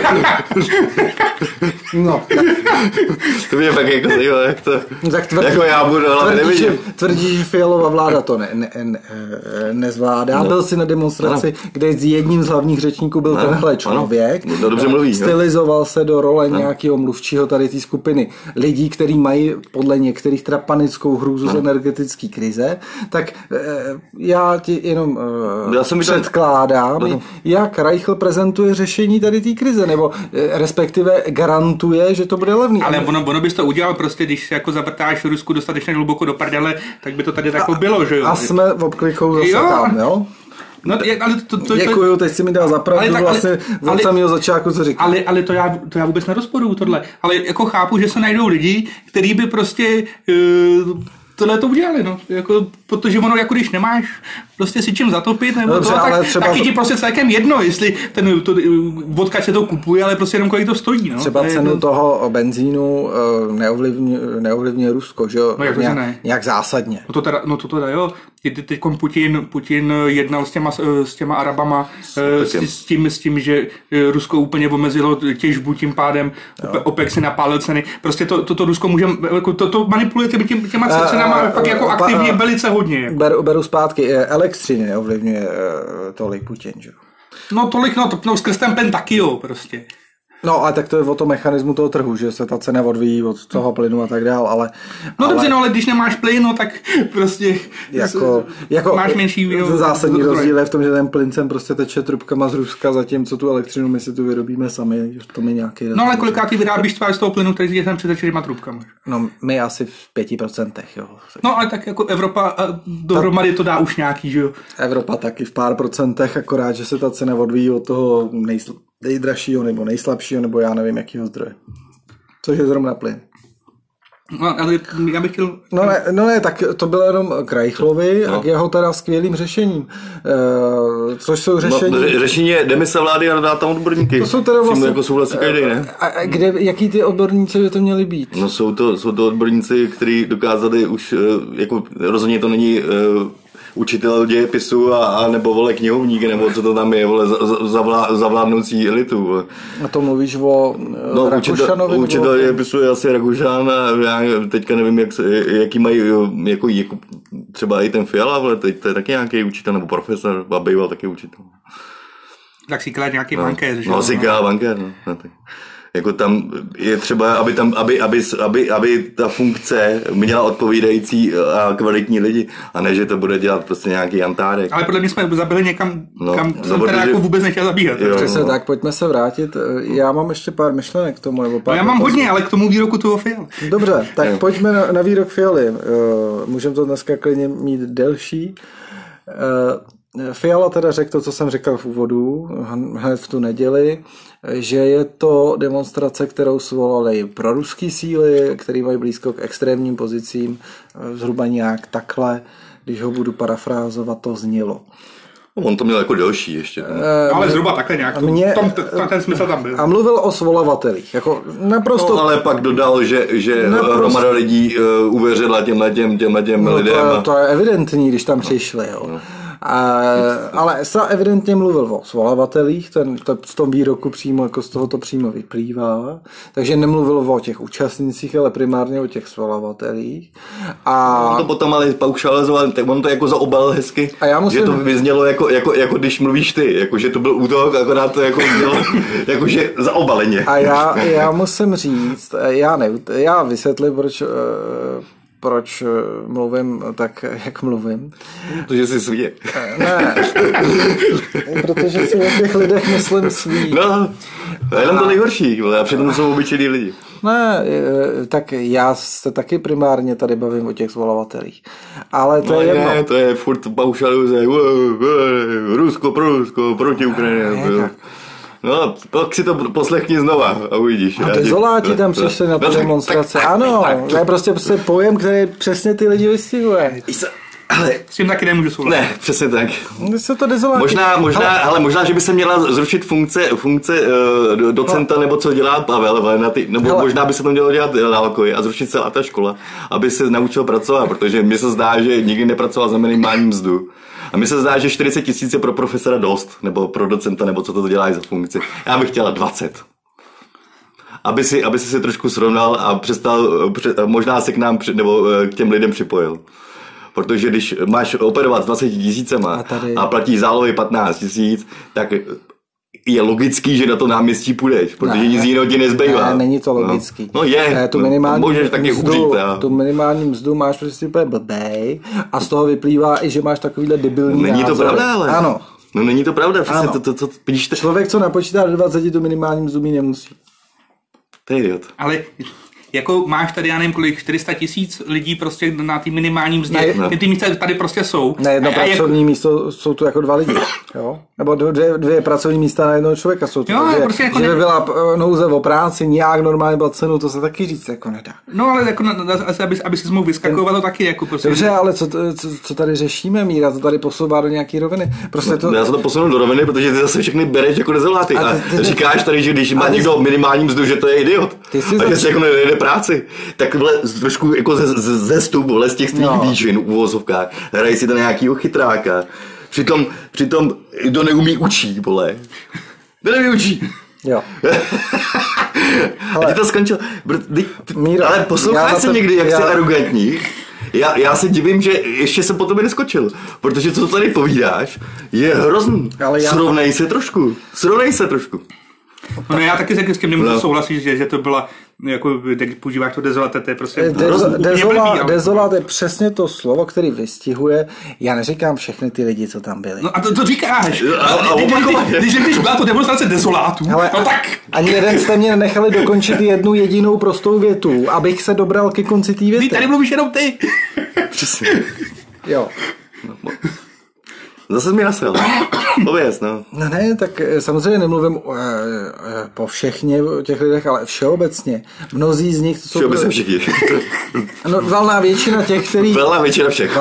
No. To mě fakt jako zajímalo, jak to... Tak jako já budu, ale nevidím. Tvrdí, že Fialová vláda to nezvládá. Ano. Byl si na demonstraci, kde jedním z hlavních řečníků byl tenhle člověk. No, dobře mluví. Stylizoval se do role nějakého mluvčího tady té skupiny lidí, kteří mají podle některých teda panickou hrůzu z energetické krize. Tak já ti jenom předkládám, jak Reichl prezentuje řešení tady té krize, nebo respektive garantuje, že to bude levný. Ale ono bys to udělal prostě, když se jako zavrtáš Rusku dostatečně hluboko do prdele, tak by to tady takhle bylo, že jo? A jsme v obklikou zase tam, jo? No, ale děkuju, teď si mi dal zapravdu vlastně od samého začátku, co říkám. Ale to já vůbec nerozporuju tohle. Ale jako chápu, že se najdou lidi, kteří by prostě tohle to udělali, no. Jako, protože ono, jako když nemáš prostě si čím zatopit, nebo dobře, to, tak, třeba... taky ti prostě celkem jedno, jestli odkud se to kupuje, ale prostě jenom kolik to stojí, no. Třeba cenu toho benzínu neovlivňuje Rusko, že jo? No, nějak zásadně. No to teda jo. Teď Putin jednal s těma Arabama s tím, že Rusko úplně omezilo těžbu, tím pádem OPEC si napálil ceny. Prostě to Rusko může, jako to manipuluje těma cenama fakt jako aktivně velice hodně. Jako. Beru zpátky, elektřiny neovlivňuje tolik Putin, že jo? No tolik, no skrz ten plyn taky jo, prostě. No, ale tak to je o tom mechanismu toho trhu, že se ta cena odvíjí od toho plynu a tak dál, ale... Dobře, no, ale když nemáš plyn, no, tak prostě jako máš menší... Zásadní rozdíl je v tom, že ten plyn sem prostě teče trubkama z Ruska, zatímco tu elektřinu my si tu vyrobíme sami, to mi nějaký... No, ale kolikrát ty vyrábíš z toho plynu, který je tam přetečenýma trubkama? No, my asi v 5%, jo. No, ale tak jako Evropa dohromady to dá už nějaký, že jo? Evropa taky v pár procentech, akorát, že se ta cena odvíjí od toho nejdražšího nebo nejslabšího, nebo já nevím, jakýho zdroje. Což je zrovna plyn. No, ale já bych chtěl... No ne, tak to bylo jenom k Reichlovi a k jeho teda skvělým řešením. Což jsou řešení... No, řešení je demise vlády a dát tam odborníky. To jsou teda vlastně... jako souhlasí každý, ne? A jaký ty odborníci by to měli být? No jsou to odborníci, kteří dokázali už, jako rozhodně to není... učitel dějepisu a nebo vole knihovník, nebo co to tam je, vole zavládnoucí elitu. Vole. A to mluvíš o Rakušanovi? Učitel dějepisu je asi Rakušan a já teďka nevím, jaký mají, jako třeba i ten Fiala, vole, to je taky nějaký učitel, nebo profesor, a býval taky učitel. Tak si klad nějaký bankér, že? No, si klad bankér, no. Jako tam je třeba, aby ta funkce měla odpovídající a kvalitní lidi, a ne, že to bude dělat prostě nějaký jantárek. Ale podle mě jsme zabili někam, kam jsem teda jako vůbec nechtěl zabíhat. Přesně tak, pojďme se vrátit. Já mám ještě pár myšlenek k tomu. Nebo pár já mám hodně, ale k tomu výroku toho Fialy. Dobře, tak pojďme na výrok Fialy. Můžeme to dneska klidně mít delší. Fiala teda řekl to, co jsem říkal v úvodu, hned v tu neděli, že je to demonstrace, kterou svolali proruský síly, který mají blízko k extrémním pozicím, zhruba nějak takhle, když ho budu parafrázovat, to znělo. On to měl jako delší ještě. Ale zhruba takhle nějak, ten smysl tam byl. A mluvil o svolavatelích, jako naprosto... No, ale pak dodal, že hromada lidí uvěřila těmhle lidem. To je evidentní, když tam přišli, jo. No. Ale se evidentně mluvil o svolavatelích, v tom výroku přímo, jako z toho to přímo vyplývá, takže nemluvil o těch účastnících, ale primárně o těch svolavatelích. On to potom ale paušalizoval, on to jako zaobal hezky, že to vyznělo jako když mluvíš ty, jako že to byl útok, akorát to jako znělo, jakože zaobaleně. A já musím říct, já vysvětlím, proč mluvím tak, jak mluvím. Protože jsi svý. Ne, protože si o těch lidech myslím svý. No, to je jenom to nejhorší, a přitom jsou obyčejní lidi. Ne, tak já se taky primárně tady bavím o těch svolavatelích. Ale to je jedno. Ne, to je furt paušalizuje, Rusko, proti Ukrajině. No, pak si to poslechni znova a uvidíš. A dezoláti tam přišli na tu demonstraci. Ano, to je prostě pojem, který přesně ty lidi vystihuje. Ale s tím taky nemůžu souhlasit. Ne, přesně tak. Se to dezoláti. Možná, že by se měla zrušit funkce docenta, nebo co dělá Pavel, nebo možná by se to mělo dělat dálkově a zrušit celá ta škola, aby se naučil pracovat, protože mi se zdá, že nikdy nepracoval za minimální mzdu. A mi se zdá, že 40 000 je pro profesora dost, nebo pro docenta, nebo co to dělá za funkci. Já bych chtěla 20. Aby si trošku srovnal a přestal, možná se k nám, nebo k těm lidem připojil. Protože když máš operovat s 20 000 a platíš zálohy 15 000, tak je logický, že na to náměstí půjdeš, protože nic jiného ti nezbývá. Ne, není to logický. No je, můžeš taky umřít. Tu minimální mzdu máš prostě úplně blbej a z toho vyplývá i, že máš takovýhle debilní Není názor. To pravda, ale. Ano. No není to pravda, přesně to vidíš. Člověk, co napočítá do 20, tu minimální mzdu mít nemusí. To je idiot. Ale jako máš tady, já nevím kolik, 400 000 lidí prostě na té minimální mzdě, ty místa tady prostě jsou. Na jedno pracovní místo jsou tu jako 2 lidi, jo? Nebo dvě pracovní místa na jednoho člověka jsou tu. Jo, takže, prostě jako že by byla nouze o práci, nějak normálně byla cenu, to se taky říct jako nedá. No ale jako, aby si mohl vyskakovat, to taky jako prostě. Dobře, ale co tady řešíme, Míra, to tady posouvá do nějaký roviny. Prostě to... Já se to posunu do roviny, protože ty zase všechny bereš jako dezoláty. A říkáš tady, že když má někdo minimální mzdu, že to je idiot. A že se jako nejde práci. Tak vole, trošku jako ze stupu, z těch svých výšin v uvozovkách. Hrají si to nějakýho chytráka. Přitom kdo neumí učí, vole. Kdo neumí učí. Jo. A ty to skončil. Míra, ale posloucháš se někdy, jak jsi arrogantní. Já se divím, že ještě jsem po tobě neskočil, protože co tady povídáš, je hrozný. Srovnej se trošku. No já taky s tím nemůžu souhlasit, že to byla, jako, jak používáš to dezolát, to je prostě dezolát je přesně to slovo, který vystihuje, já neříkám všechny ty lidi, co tam byli. No a to říkáš. Když byla to demonstrace dezolátů, no tak... Ani jeden jste mě nechali dokončit jednu jedinou prostou větu, abych se dobral ke konci té věty. Tady mluvíš jenom ty. Přesně. Jo. Zase jsi mi nasel. Pověz, no. No ne, tak samozřejmě nemluvím po všechně o těch lidech, ale všeobecně. Mnozí z nich jsou... Všeobecně všichni. No, valná většina těch, který... Valná většina všech.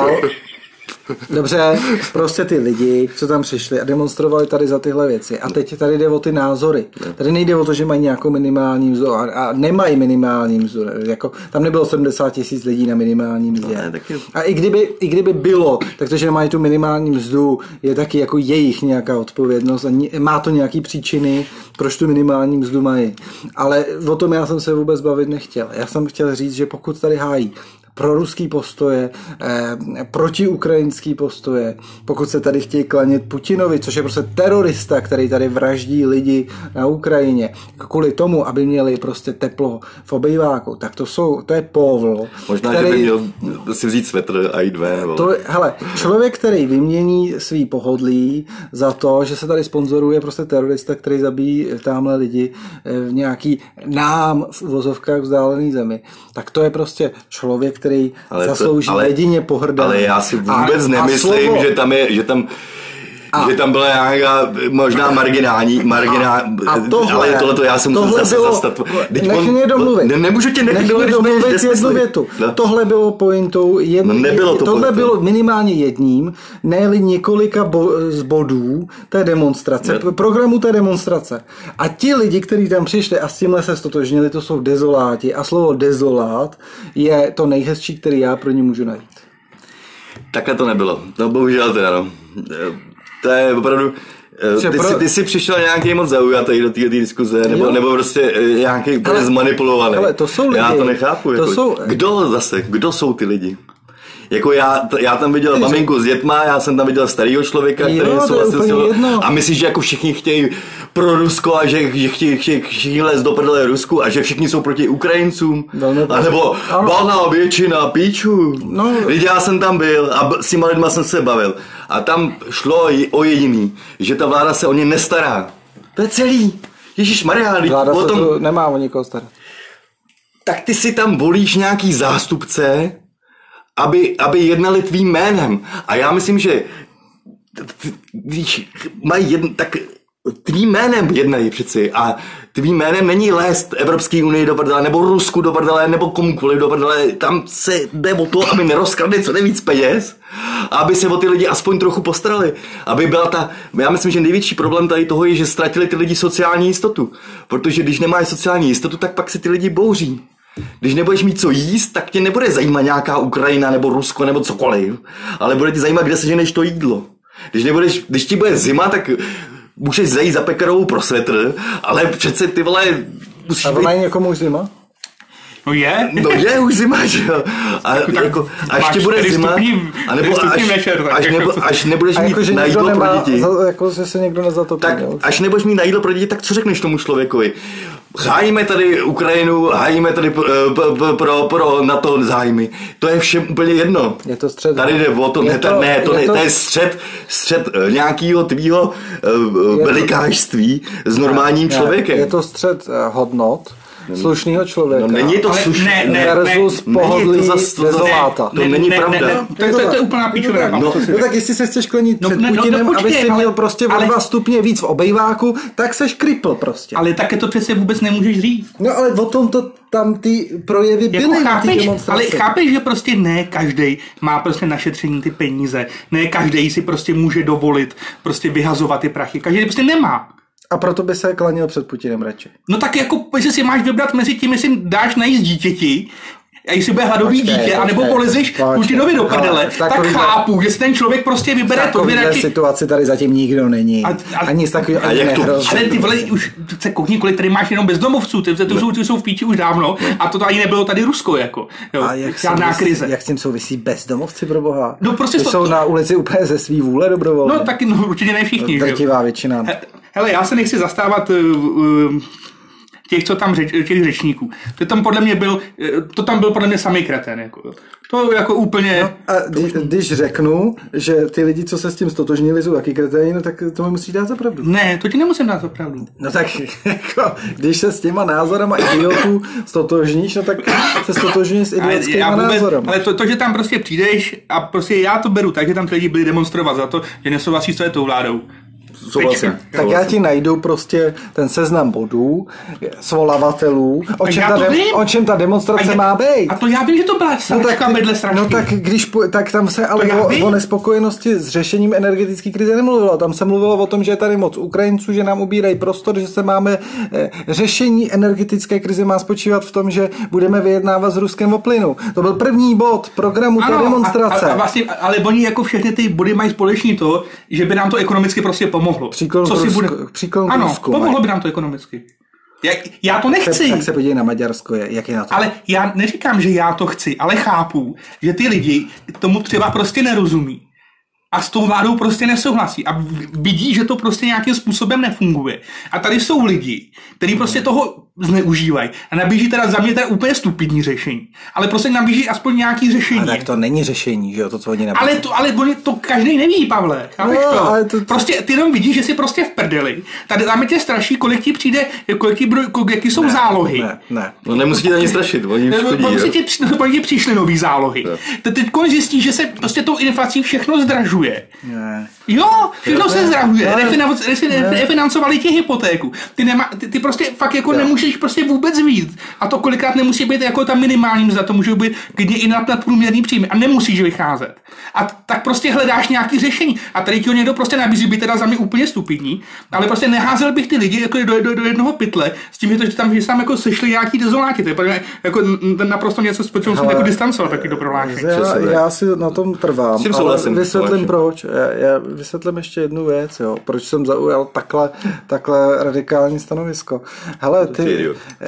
Dobře, prostě ty lidi, co tam přišli a demonstrovali tady za tyhle věci. A teď tady jde o ty názory. Tady nejde o to, že mají nějakou minimální mzdu a nemají minimální mzdu. Jako, tam nebylo 70 000 lidí na minimální mzdě. A i kdyby bylo, tak to, že mají tu minimální mzdu, je taky jako jejich nějaká odpovědnost a má to nějaký příčiny, proč tu minimální mzdu mají. Ale o tom já jsem se vůbec bavit nechtěl. Já jsem chtěl říct, že pokud tady hájí proruský postoje, protiukrajinský postoje, pokud se tady chtějí klanět Putinovi, což je prostě terorista, který tady vraždí lidi na Ukrajině, kvůli tomu, aby měli prostě teplo v obejváku, tak to je povl. Možná, který, že by měl si vzít svetr a jít ven. Hele, člověk, který vymění svý pohodlí za to, že se tady sponzoruje prostě terorista, který zabíjí tamhle lidi v nějaký nám v uvozovkách vzdálený zemi, tak to je prostě člověk, který zaslouží jedině pohrdání. Ale já si vůbec nemyslím, že tam byla nějaká možná marginální, ale tohleto já jsem musel zase zastat. Nech mě domluvit. Nemůžu tě domluvit jednu větu. No. Tohle bylo pointou, tohle bylo minimálně jedním, ne-li několika z bodů té demonstrace, programu té demonstrace. A ti lidi, kteří tam přišli a s tímhle se stotožnili, to jsou dezoláti a slovo dezolát je to nejhezčí, který já pro ně můžu najít. Takhle to nebylo. No bohužel teda, no. To je opravdu, ty jsi přišel nějaký moc zaujatý do té diskuze, nebo prostě nějaký úplně zmanipulovaný. Ale to jsou lidi. Já to nechápu. Kdo jsou ty lidi? Jako já tam viděl maminku s dětma, já jsem tam viděl starýho člověka, který souhlasil a myslíš, že jako všichni chtějí pro Rusko a že chtějí lézt do prdele Rusku a že všichni jsou proti Ukrajincům? A nebo valná většina píčů. No. Lidi, já jsem tam byl a s těma lidma jsem se bavil. A tam šlo o jediný, že ta vláda se o ně nestará. To je celý. Ježišmarja, vláda se to nemá o nikoho starat. Tak ty si tam volíš nějaký zástupce, aby jednali tvým jménem. A já myslím, že mají tak tvým jménem jednají přeci. A tvým jménem není lézt Evropské unii do prdele, nebo Rusku do prdele, nebo komukoliv do prdele. Tam se jde o to, aby nerozkradli co nejvíc peněz, a aby se o ty lidi aspoň trochu postarali. Aby byla já myslím, že největší problém tady toho je, že ztratili ty lidi sociální jistotu. Protože když nemáš sociální jistotu, tak pak se ty lidi bouří. Když nebudeš mít co jíst, tak tě nebude zajímat nějaká Ukrajina nebo Rusko nebo cokoliv, ale bude tě zajímat, kde seženeš to jídlo. Když ti bude zima, tak můžeš zajít za pekarovou pro svetr, ale přece ty vole... A ona je někomu už zima? No je. No je už zima, že jo. Až ti bude zima, až nebudeš mít na jídlo pro děti. Jako, že se někdo nezatopí. Tak až nebudeš mít na jídlo pro děti, tak co řekneš tomu člověkovi? Hájíme tady Ukrajinu, hájíme tady pro NATO zájmy. To je všem úplně jedno. Je to střed. Tady jde o to, to je střed nějakého tvýho velikářství s normálním člověkem. Je to střed hodnot. slušného člověka. No není to slušné. Versus pohodlí dezoláta. To není pravda. To je úplná píčovina. No tak jestli se chceš klonit před Putinem, aby si měl prostě o 2 stupně víc v obejváku, tak seš kripl prostě. Ale také to přece vůbec nemůžeš říct. No ale o tom to tam ty projevy byly jako na ty demonstrace. Ale chápeš, že prostě ne každej má prostě našetření ty peníze. Ne každej si prostě může dovolit prostě vyhazovat ty prachy. Každý prostě nemá. A proto by se klanil před Putinem radši. No tak jako, jestli si máš vybrat mezi tím, jestli dáš najíst dítěti, a jestli bude hladový dítě, anebo polezeš Putinovi do prdele, tak chápu, že si ten člověk prostě vybere to. V takové situaci tady zatím nikdo není. Ani nic takového ani nehrozí. Ale ty vole, už se koukni, kolik tady máš jenom bezdomovců, ty jsou v píči už dávno a to ani nebylo tady Rusko, jako. Jo, žádná krize. Jak s tím souvisí bezdomovci, pro boha? No prostě jsou na ulici úplně ze svý vůle dobrovolně. No taky určitě ne všichni. Drtivá většina. Hele, já se nechci zastávat těch, co tam těch řečníků. To tam byl podle mě samý kretén. Jako. To jako úplně... No a když řeknu, že ty lidi, co se s tím stotožnili, jsou taky kreténi, no tak to mi musíš dát za pravdu. Ne, to ti nemusím dát za pravdu. No tak jako, když se s těma názorama idiotů stotožníš, no tak se stotožníš s idiotskýma názorama. Ale to, že tam prostě přijdeš a prostě já to beru tak, že tam ty lidi byli demonstrovat za to, že nesouhlasí s tou vládou. Tak já ti najdu prostě ten seznam bodů, svolavatelů, o čem ta demonstrace má být. A to já vím, že to byla sračka vedle sračky. No tak tam se ale o nespokojenosti s řešením energetické krize nemluvilo. Tam se mluvilo o tom, že je tady moc Ukrajinců, že nám ubírají prostor, že se máme řešení energetické krize má spočívat v tom, že budeme vyjednávat s Ruskem o plynu. To byl první bod programu té demonstrace. A vlastně, ale oni jako všechny ty body mají společný to, že by nám to ekonomicky prostě pomohlo. Ano, pomohlo by nám to ekonomicky. Já to nechci. Tak se podívej na Maďarsko, jak je na to. Ale já neříkám, že já to chci, ale chápu, že ty lidi tomu třeba prostě nerozumí. A s tou vládou prostě nesouhlasí. A vidí, že to prostě nějakým způsobem nefunguje. A tady jsou lidi, kteří prostě toho zneužívají. A nabíží teda za mě teda úplně stupidní řešení. Ale prostě nabíží aspoň nějaký řešení. A tak to není řešení, že jo, to, co oni nabíží. Ale to každý neví, Pavle. Chápeš to? Prostě ty jenom vidíš, že jsi prostě v prdeli. Tady dáme tě straší, kolik ti přijde, jaký jsou zálohy. Ne. No nemusí tě ani strašit, oni přišli nový zálohy. Teď zjistí, že se prostě tou inflací všechno zdražuje. Ne. Jo, všechno se zdražuje. Refinancovali ti hypotéku. Ty prostě fakt jako nemůžeš prostě vůbec víc. A to kolikrát nemusí být jako ta minimální mzda, to může být klidně i nad průměrný příjmy. A nemusíš vycházet. A tak prostě hledáš nějaký řešení. A tady ti ho někdo prostě nabízí, by teda za mě úplně stupidní, ale prostě neházel bych ty lidi jako do jednoho pytle s tím, že tam jako sešli nějaký dezoláti. To je jako naprosto něco, s čím jsem jako distancoval taky do prohlášení. Já si na tom trvám, ale vysvětlím proč. Já vysvětlím ještě jednu věc, jo. Proč jsem zaujal takhle radikální stanovisko. Hele, ty...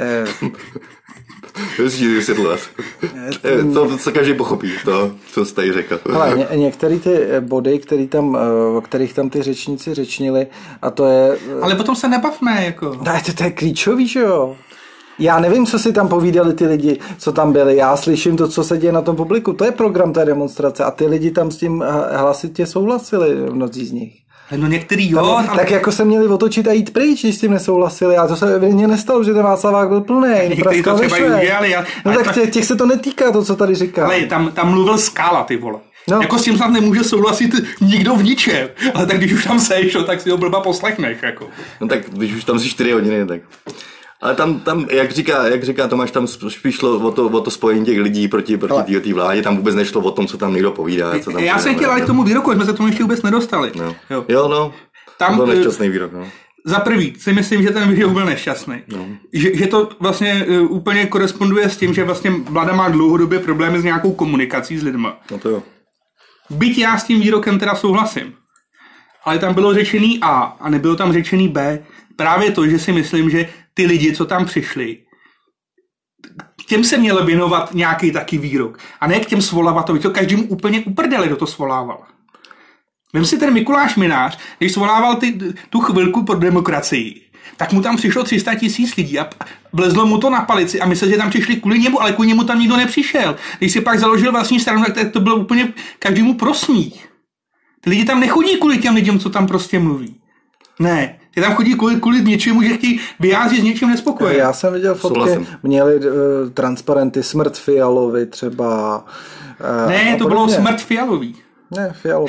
To se každý pochopí, to, co jsi tady řekl. Hele, některé ty body, o kterých tam ty řečníci řečnili, a to je... Ale potom se nebavme, jako... Ne, to je klíčový, že jo? Já nevím, co si tam povídali ty lidi, co tam byli. Já slyším to, co se děje na tom publiku. To je program té demonstrace a ty lidi tam s tím hlasitě souhlasili, mnozí z nich. No některý jo. Tak jako se měli otočit a jít pryč, když s tím nesouhlasili. A to se evidentně nestalo, že ten Václavák byl plný. Některý to třeba udělali. No tak těch se to netýká, to, co tady říká. Ale tam mluvil Skála, ty vole. No. Jako s tím snad nemůže souhlasit nikdo v ničem. Ale tak když už tam seš, tak si ho blba poslechneš. Jako. No tak když už tam jsi 4 hodiny, tak... Ale tam jak říká Tomáš, tam spíš šlo o to spojení těch lidí proti té vládě, tam vůbec nešlo o tom, co tam někdo povídá. Co tam já jsem chtěl ale k tomu výroku, jsme se tomu ještě vůbec nedostali. No. Jo, tam byl nešťastný výrok. No. Za prvý si myslím, že ten výrok byl nešťastný. No. Že to vlastně úplně koresponduje s tím, že vlastně vláda má dlouhodobě problémy s nějakou komunikací s lidma. No to jo. Byť já s tím výrokem teda souhlasím. Ale tam bylo řečený A nebylo tam řečený B. Právě to, že si myslím, že ty lidi, co tam přišli, těm se měl věnovat nějaký taky výrok. A ne k těm svolavatovi, to každému úplně uprdeli, kdo to svolával. Vem si ten Mikuláš Minář, když svolával tu chvilku pro demokracii, tak mu tam přišlo 300 000 lidí a vlezlo mu to na palici a myslel, že tam přišli kvůli němu, ale kvůli němu tam nikdo nepřišel. Když si pak založil vlastní stranu, tak to bylo úplně každému prosmích. Ty lidi tam nechodí kvůli těm lidem, co tam prostě mluví. Ne, Je tam chodí kvůli něčemu, že chtějí vyjádřit s něčím nespokojený. Já jsem viděl fotky, měli transparenty smrt Fialovi třeba. Ne, to bylo smrt Fialový. Ne, Fialový.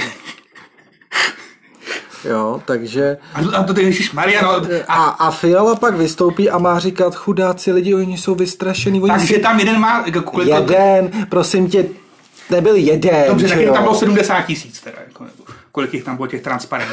Jo, takže... A to ježišmarja, no. A Fiala pak vystoupí a má říkat, chudáci lidi, oni jsou vystrašený. Takže tam jeden má... Jeden, prosím tě, nebyl jeden. Dobře, tak tam bylo 70 000 teda, jako, kolik jich tam bylo těch transparentů.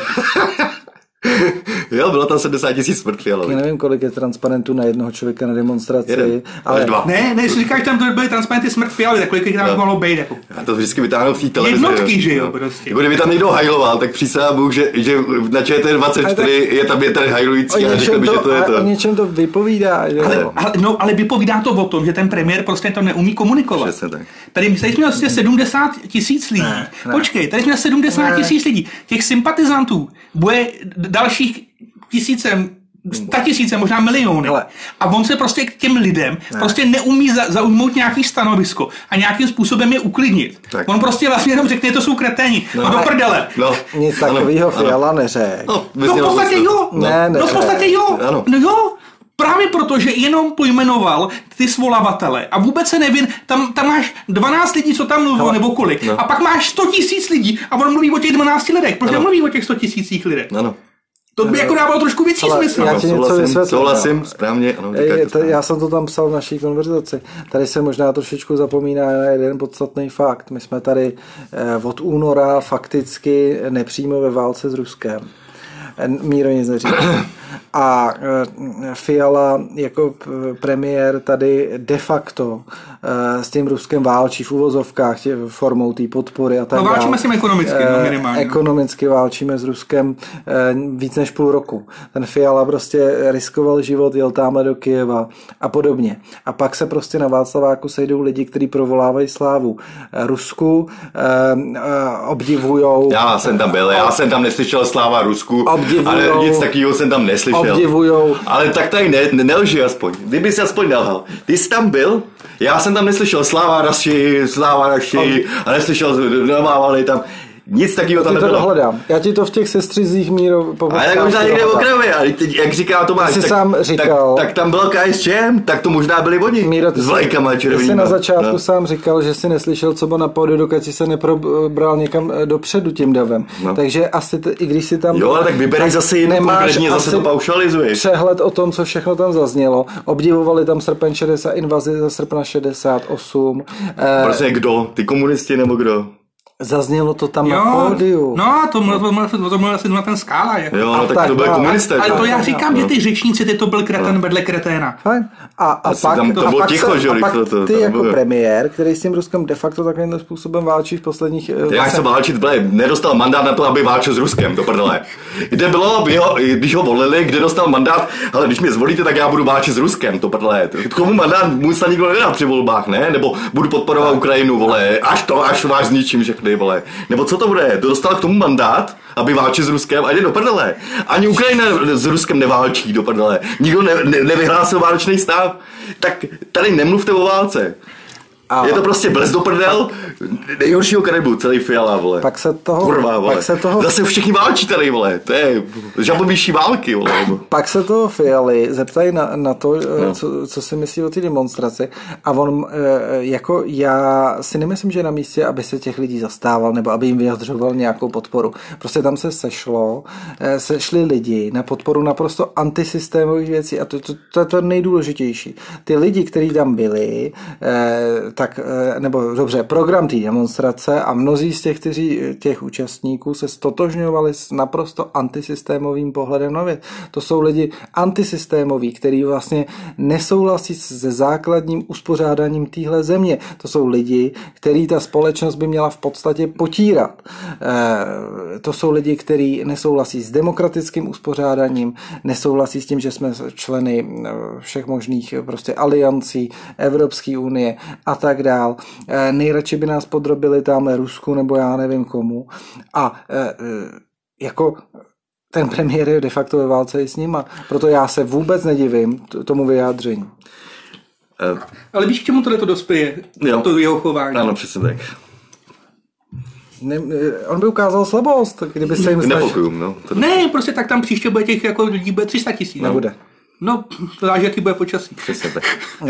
Jo, bylo tam 70 000 smrt Fialovi. Já nevím, kolik je transparentů na jednoho člověka na demonstraci. Ale 2. Ne, jestli říkáš, tam to byly transparenty smrt Fialovi, tak kolik jich tam mohlo být. Jako. A to vždycky vytáhnou v té televizi. Jednotky, že jo, prostě. Jako kdyby tam někdo hajloval, tak přísahám Bůh, že na ČT24 je tam ten hajlující a řekl by, že to je to. O něčem to vypovídá. Že? Ale vypovídá to o tom, že ten premiér prostě to neumí komunikovat. Přesně tak. Tady jsme vlastně 70 000 lidí. Počkej, tady jsme 70 000 lidí. Těch sympatizantů bude dalších 100 000, možná miliony. A on se prostě k těm lidem prostě neumí zaujmout nějaký stanovisko a nějakým způsobem je uklidnit. Tak. On prostě vlastně jenom řekne, to jsou kreténi. No do prdele. Nic takového Fiala neřekl. No v podstatě jo. No v podstatě jo. No jo. Právě proto, že jenom pojmenoval ty svolavatele a vůbec se nevím, tam máš 12 lidí, co tam mluví, nebo kolik. A pak máš 100 000 lidí a on mluví o těch 12 lidech. Proč nemluví o těch 100 000 lidech? Ano. To by jako dávalo trošku větší smysl. Já ti něco vysvětlím. Souhlasím, správně. Ano, já jsem to tam psal v naší konverzaci. Tady se možná trošičku zapomíná na jeden podstatný fakt. My jsme tady od února fakticky nepřímo ve válce s Ruskem. Míro nic neříká. A Fiala jako premiér tady de facto s tím Ruskem válčí v uvozovkách formou té podpory a tak dále. No válčíme s tím ekonomicky, minimálně. Ekonomicky válčíme s Ruskem víc než půl roku. Ten Fiala prostě riskoval život, jel tamhle do Kyjeva a podobně. A pak se prostě na Václaváku sejdou lidi, kteří provolávají slávu Rusku, obdivujou... Já jsem tam byl, já jsem tam neslyšel sláva Rusku, ale nic takového jsem tam neslyšel. Obdivujou. Ale tak tady nelži aspoň. Kdyby jsi aspoň nelhal. Ty jsi tam byl, já jsem tam neslyšel sláva naši, a neslyšel, nemávali tam. Nic takového tam nebylo. To dohledám. Já ti to v těch sestřizích, Míro, povodám. Ale tak možná někde okrajově, ale jak říká Tomáš, tak tam byl KSČM, tak to možná byli oni. Míro, s vlajkama červenýma. Ty jsi na začátku sám říkal, že jsi neslyšel, co bylo na pódiu, dokud jsi se neprobral někam dopředu tím davem. No. Takže asi, i když si tam... Jo, ale tak vyberaj zase jinou konkrétně, zase to paušalizuješ. Přehled o tom, co všechno tam zaznělo. Obdivovali tam srpen 60, invazi za srpna 68. Prostě kdo? Ty komunisti nebo kdo? Zaznělo to tam na pódiu. No, to mluvil asi na ten Skála. Jako. Jo, no, tak to byl komunisté. Ale to já říkám, že ty řečníci, ty to byl kreten vedle kreténa. Fajn. A pak ty jako premiér, který s tím Ruskem de facto takovým způsobem válčí v posledních... Jak se válčit, nedostal mandát na to, aby válčil s Ruskem, to prdele. Kde bylo, když ho volili, kde dostal mandát, ale když mě zvolíte, tak já budu válčit s Ruskem, to prdele. Komu mandát mu se nikdo nedá při volbách, ne? Nebo budu podporovat Ukrajinu, vole, až vás zničím všechny, vole. Nebo co to bude? Dostal k tomu mandát, aby válčil s Ruskem a jde do prdele. Ani Ukrajina s Ruskem neválčí do prdele. Nikdo nevyhlásil válečný stav. Tak tady nemluvte o válce. Je to prostě blez do prdel nejhoršího Karibu, celý Fiala, vole. Pak se toho... Kurva, vole. Zase všichni válčí tady, vole. To je žabomíší války, vole. Pak se toho Fialy zeptají na to, co si myslí o té demonstraci. A on, jako já si nemyslím, že je na místě, aby se těch lidí zastával, nebo aby jim vyjadřoval nějakou podporu. Prostě tam se sešli lidi na podporu naprosto antisystémových věcí a to je to nejdůležitější. Ty lidi, kteří tam byli, nebo dobře, program té demonstrace a mnozí z těch účastníků se stotožňovali s naprosto antisystémovým pohledem na věc. To jsou lidi antisystémoví, kteří vlastně nesouhlasí se základním uspořádáním téhle země. To jsou lidi, který ta společnost by měla v podstatě potírat. To jsou lidi, kteří nesouhlasí s demokratickým uspořádáním, nesouhlasí s tím, že jsme členy všech možných prostě aliancí, Evropské unie a tak dál. Nejradši by nás podrobili tamhle Rusku nebo já nevím komu. A jako ten premiér je de facto ve válce i s nima. Proto já se vůbec nedivím tomu vyjádření. Ale víš, k čemu tohle to dospěje? To jeho chování. Ano, přesně tak. On by ukázal slabost, kdyby se jim snažil. No, ne, prostě tak tam příště bude těch jako lidí bude 300 000. Nebude. No, to záleží, jaký bude počasí. Přesně tak.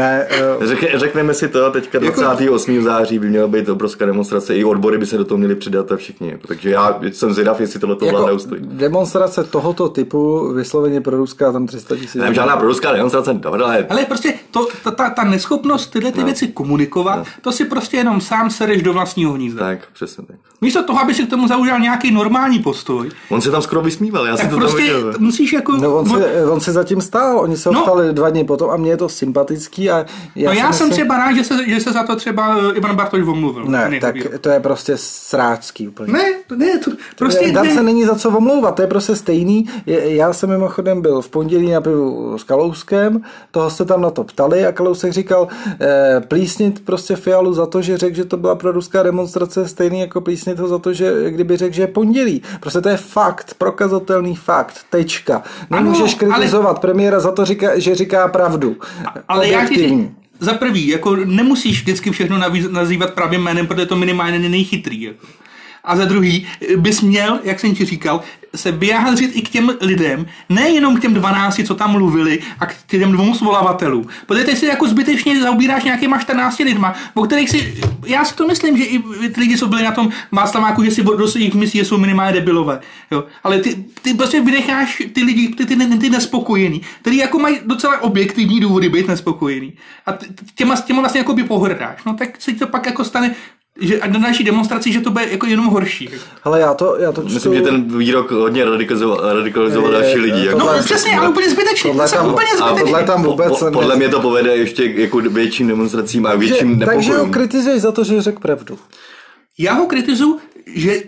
Řekneme si to, teďka 28. září by měla být obrovská demonstrace, i odbory by se do toho měli přidat a všichni. Takže já jsem zvědav, jestli tohleto vláda ustojí. Demonstrace tohoto typu vysloveně proruská tam 300 000. Ne, žádná proruská demonstrace, dobré. Ale prostě ta neschopnost tyhle ty věci komunikovat, to si prostě jenom sám sereš do vlastního hnízda. Tak, přesně tak. Místo toho, aby si k tomu zaujal nějaký normální postoj. On se tam skoro vysmíval, já jsem to prostě tam viděl. Musíš jako... No, on se zatím stál, oni se optali 2 dny potom a mně je to sympatický. A já jsem třeba rád, že se za to třeba Ivan Bartoš omluvil. Ne, tak to je prostě sráčský úplně. Ne, to prostě... Tam se není za co omlouvat, to je prostě stejný. Já jsem mimochodem byl v pondělí na pivu s Kalouskem, toho se tam na to ptali a Kalousek říkal plísnit prostě Fialu za to, že řekl, že to byla proruská demonstrace, stejný jako plísnit ho za to, že kdyby řekl, že je pondělí. Prostě to je fakt, prokazatelný fakt, tečka. Nemůžeš kritizovat premiéra za to, že říká pravdu. Ale já ti za prvý, jako nemusíš vždycky všechno nazývat pravým jménem, protože to minimálně není nejchytrý. Jako. A za druhý, bys měl, jak jsem ti říkal, se vyjádřit i k těm lidem, nejenom k těm 12, co tam mluvili, a k těm 2 svolavatelům. Protože teď si jako zbytečně zaobíráš nějakýma 14 lidma, o kterých si, já si to myslím, že i ty lidi, co byli na tom Václaváku, že si do svých myslí, že jsou minimálně debilové. Jo. Ale ty prostě vynecháš ty lidi, ty nespokojený, který jako mají docela objektivní důvody být nespokojený. A těma vlastně jako by pohrdáš. No tak se to pak jako stane, že na naší demonstraci, že to bude jako jenom horší. Ale já to myslím, že ten výrok hodně radikalizoval další lidi. No přesně, ale úplně zbytečně. Tohle tam vůbec podle mě to povede ještě jako větším demonstracím a větším nepokojům. Takže ho kritizuješ za to, že řekl pravdu. Já ho kritizuju, že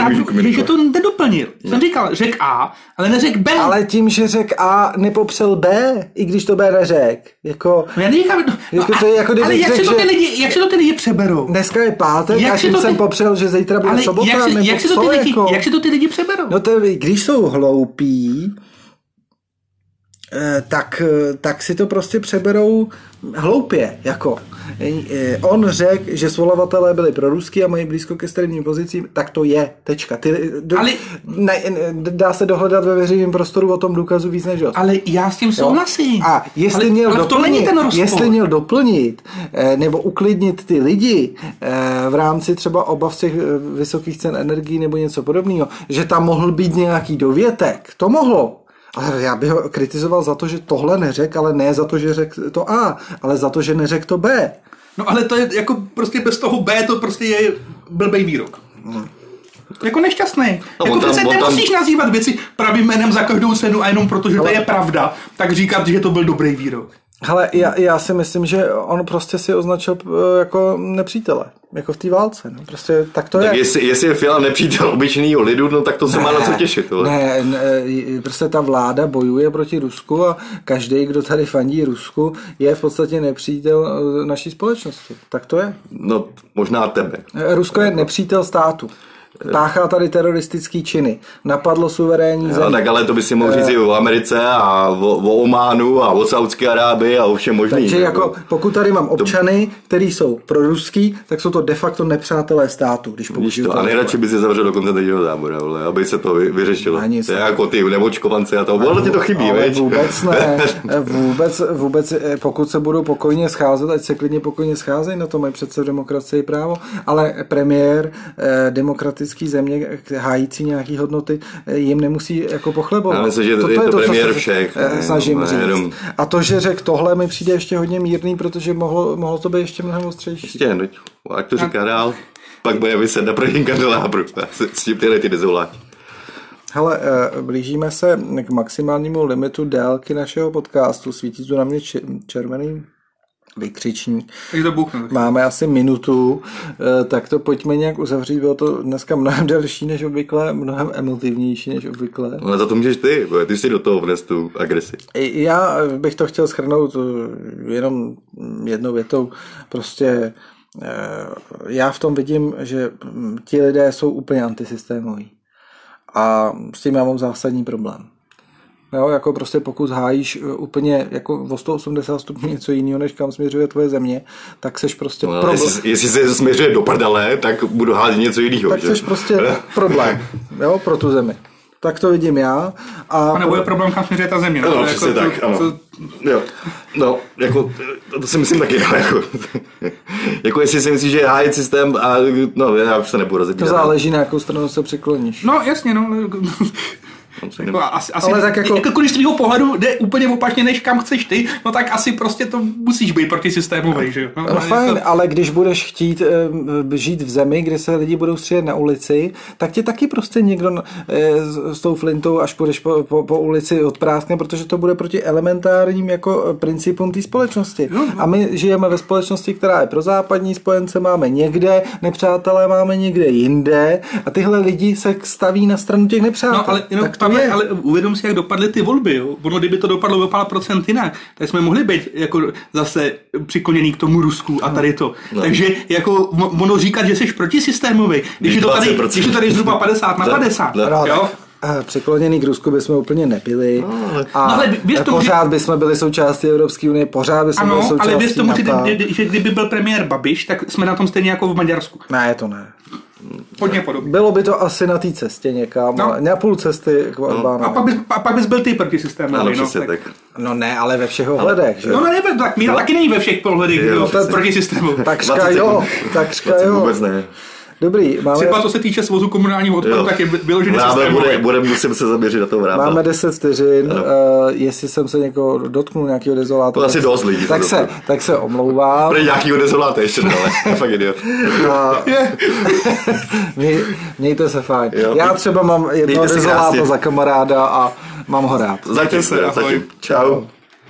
to nedoplnil. Jsem říkal, řekl A, ale neřekl B. Ale tím, že řekl A, nepopřel B, i když to B neřekl. Jako, já neříkám, ale jak se to ty lidi přeberou? Dneska je pátek a tím jsem popřel, že zítra bude sobota. Jak se to ty lidi přeberou? No to když jsou hloupí, tak si to prostě přeberou hloupě, jako. On řekl, že svolavatelé byli proruský a mají blízko ke extrémním pozicím, tak to je, tečka. Dá se dohledat ve veřejném prostoru o tom důkazu víc než dost. Ale já s tím souhlasím. A jestli měl doplnit nebo uklidnit ty lidi v rámci třeba obav z těch vysokých cen energií nebo něco podobného, že tam mohl být nějaký dovětek, to mohlo. Ale já bych ho kritizoval za to, že tohle neřekl, ale ne za to, že řekl to A, ale za to, že neřekl to B. No ale to je jako prostě bez toho B, to prostě je blbej výrok. Jako nešťastný. Jako přece nemusíš nazývat věci pravým jménem za každou cenu a jenom protože to je pravda, tak říkat, že to byl dobrý výrok. Hele, já si myslím, že on prostě si označil jako nepřítele. Jako v té válce. No. Prostě tak to tak je. Jestli je Fiala nepřítel obyčejného lidu, no tak to se má na co těšit. Ne, prostě ta vláda bojuje proti Rusku a každý, kdo tady fandí Rusku, je v podstatě nepřítel naší společnosti. Tak to je. No, možná tebe. Rusko je nepřítel státu. Páchá tady teroristický činy. Napadlo suverénní země. Tak ale to by si mohl říct i o Americe a o Ománu a o Saudské Arábii a o všem možným. Takže jako, pokud tady mám občany, kteří jsou proruský, tak jsou to de facto nepřátelé státu. Když to, a nejradši by si zavřel do koncentračního tábora, aby se to vyřešilo. To je jako ty neočkovance a to. Ono ti to chybí, ale vůbec ne. Vůbec, pokud se budou pokojně scházet, ať se klidně pokojně scházejí, na to mají přece v demokracii právo, ale premiér demokratický země, hájící nějaký hodnoty, jim nemusí jako pochlebovat. Já myslím, že to je to premiér všech. Snažím říct. A to, že řekl tohle, mi přijde ještě hodně mírný, protože mohlo to být ještě mnohem ostřejší. Ještě, ať to říká dál, pak bude vyset na prvním kandelábru. S tím tyhle ty dezoláti. Hele, blížíme se k maximálnímu limitu délky našeho podcastu. Svítí tu na mě červený vykřičník. Máme asi minutu, tak to pojďme nějak uzavřít. Bylo to dneska mnohem delší než obvykle, mnohem emotivnější než obvykle. No za to můžeš ty si do toho vnes tu agresi. Já bych to chtěl shrnout jenom jednou větou. Prostě já v tom vidím, že ti lidé jsou úplně antisystémoví. A s tím já mám zásadní problém. Jo, jako prostě pokud hájíš úplně jako o 180 stupňů něco jiného, než kam směřuje tvoje země, tak seš prostě problém. Jestli se směřuje do prdele, tak budu házet něco jiného. Tak seš prostě problém, jo, pro tu zemi. Tak to vidím já. A nebo je problém, kam směřuje ta země. No, přesně jako tak, ano. Jo. No, jako, to si myslím taky, jako jestli si myslíš, že je hájet systém a no, já už se nebudu rozebírat. To záleží, na jakou stranu se přikloníš. No, jasně, no. Jako, ale tak jako když z tvýho pohledu jde úplně opačně, než kam chceš ty, no tak asi prostě to musíš být protisystémový, že jo? No fajn, ale když budeš chtít žít v zemi, kde se lidi budou střílet na ulici, tak tě taky prostě někdo s tou flintou, až půjdeš po ulici, odpráskne, protože to bude proti elementárním jako principům té společnosti. A my žijeme ve společnosti, která je pro západní spojence, máme někde, nepřátelé máme někde jinde a tyhle lidi se staví na stranu těch nepřátel. No, ale jenom ale uvědom si, jak dopadly ty volby. Jo? Ono, kdyby to dopadlo o pár procent jinak, tak jsme mohli být jako zase přikloněný k tomu Rusku a tady to. No. Takže jako ono říkat, že jsi protisystémový, když je to tady zhruba 50 na 50. Jo? Přikloněný k Rusku bychom úplně nebyli. A pořád bychom byli součástí Evropské unie, pořád bychom byli součástí ale věř tomu, že kdyby byl premiér Babiš, tak jsme na tom stejně jako v Maďarsku. Ne, to ne. Hodně podobně. Bylo by to asi na té cestě někam, na půl cesty k Orbánu. A pak bys byl ty protisystémový. Tak. No ne, ale ve všech ohledech, že? No ne, tak míra taky není ve všech pohledech protisystémový. Takřka jo. Vůbec ne. Dobrý, máme... Třeba co se týče svozu komunálního odpadu, tak je vyložený systémový. Musím se zaměřit na to vrába. Máme 10 vteřin, jestli jsem se někoho dotknul, nějakého dezoláta. To asi dost lidí. Tak se omlouvám. Pro nějakýho dezoláta ještě dále. Fakt idiot. Mějte se fajn. Já třeba mám jednoho dezoláta za kamaráda a mám ho rád. Zatím. Čau.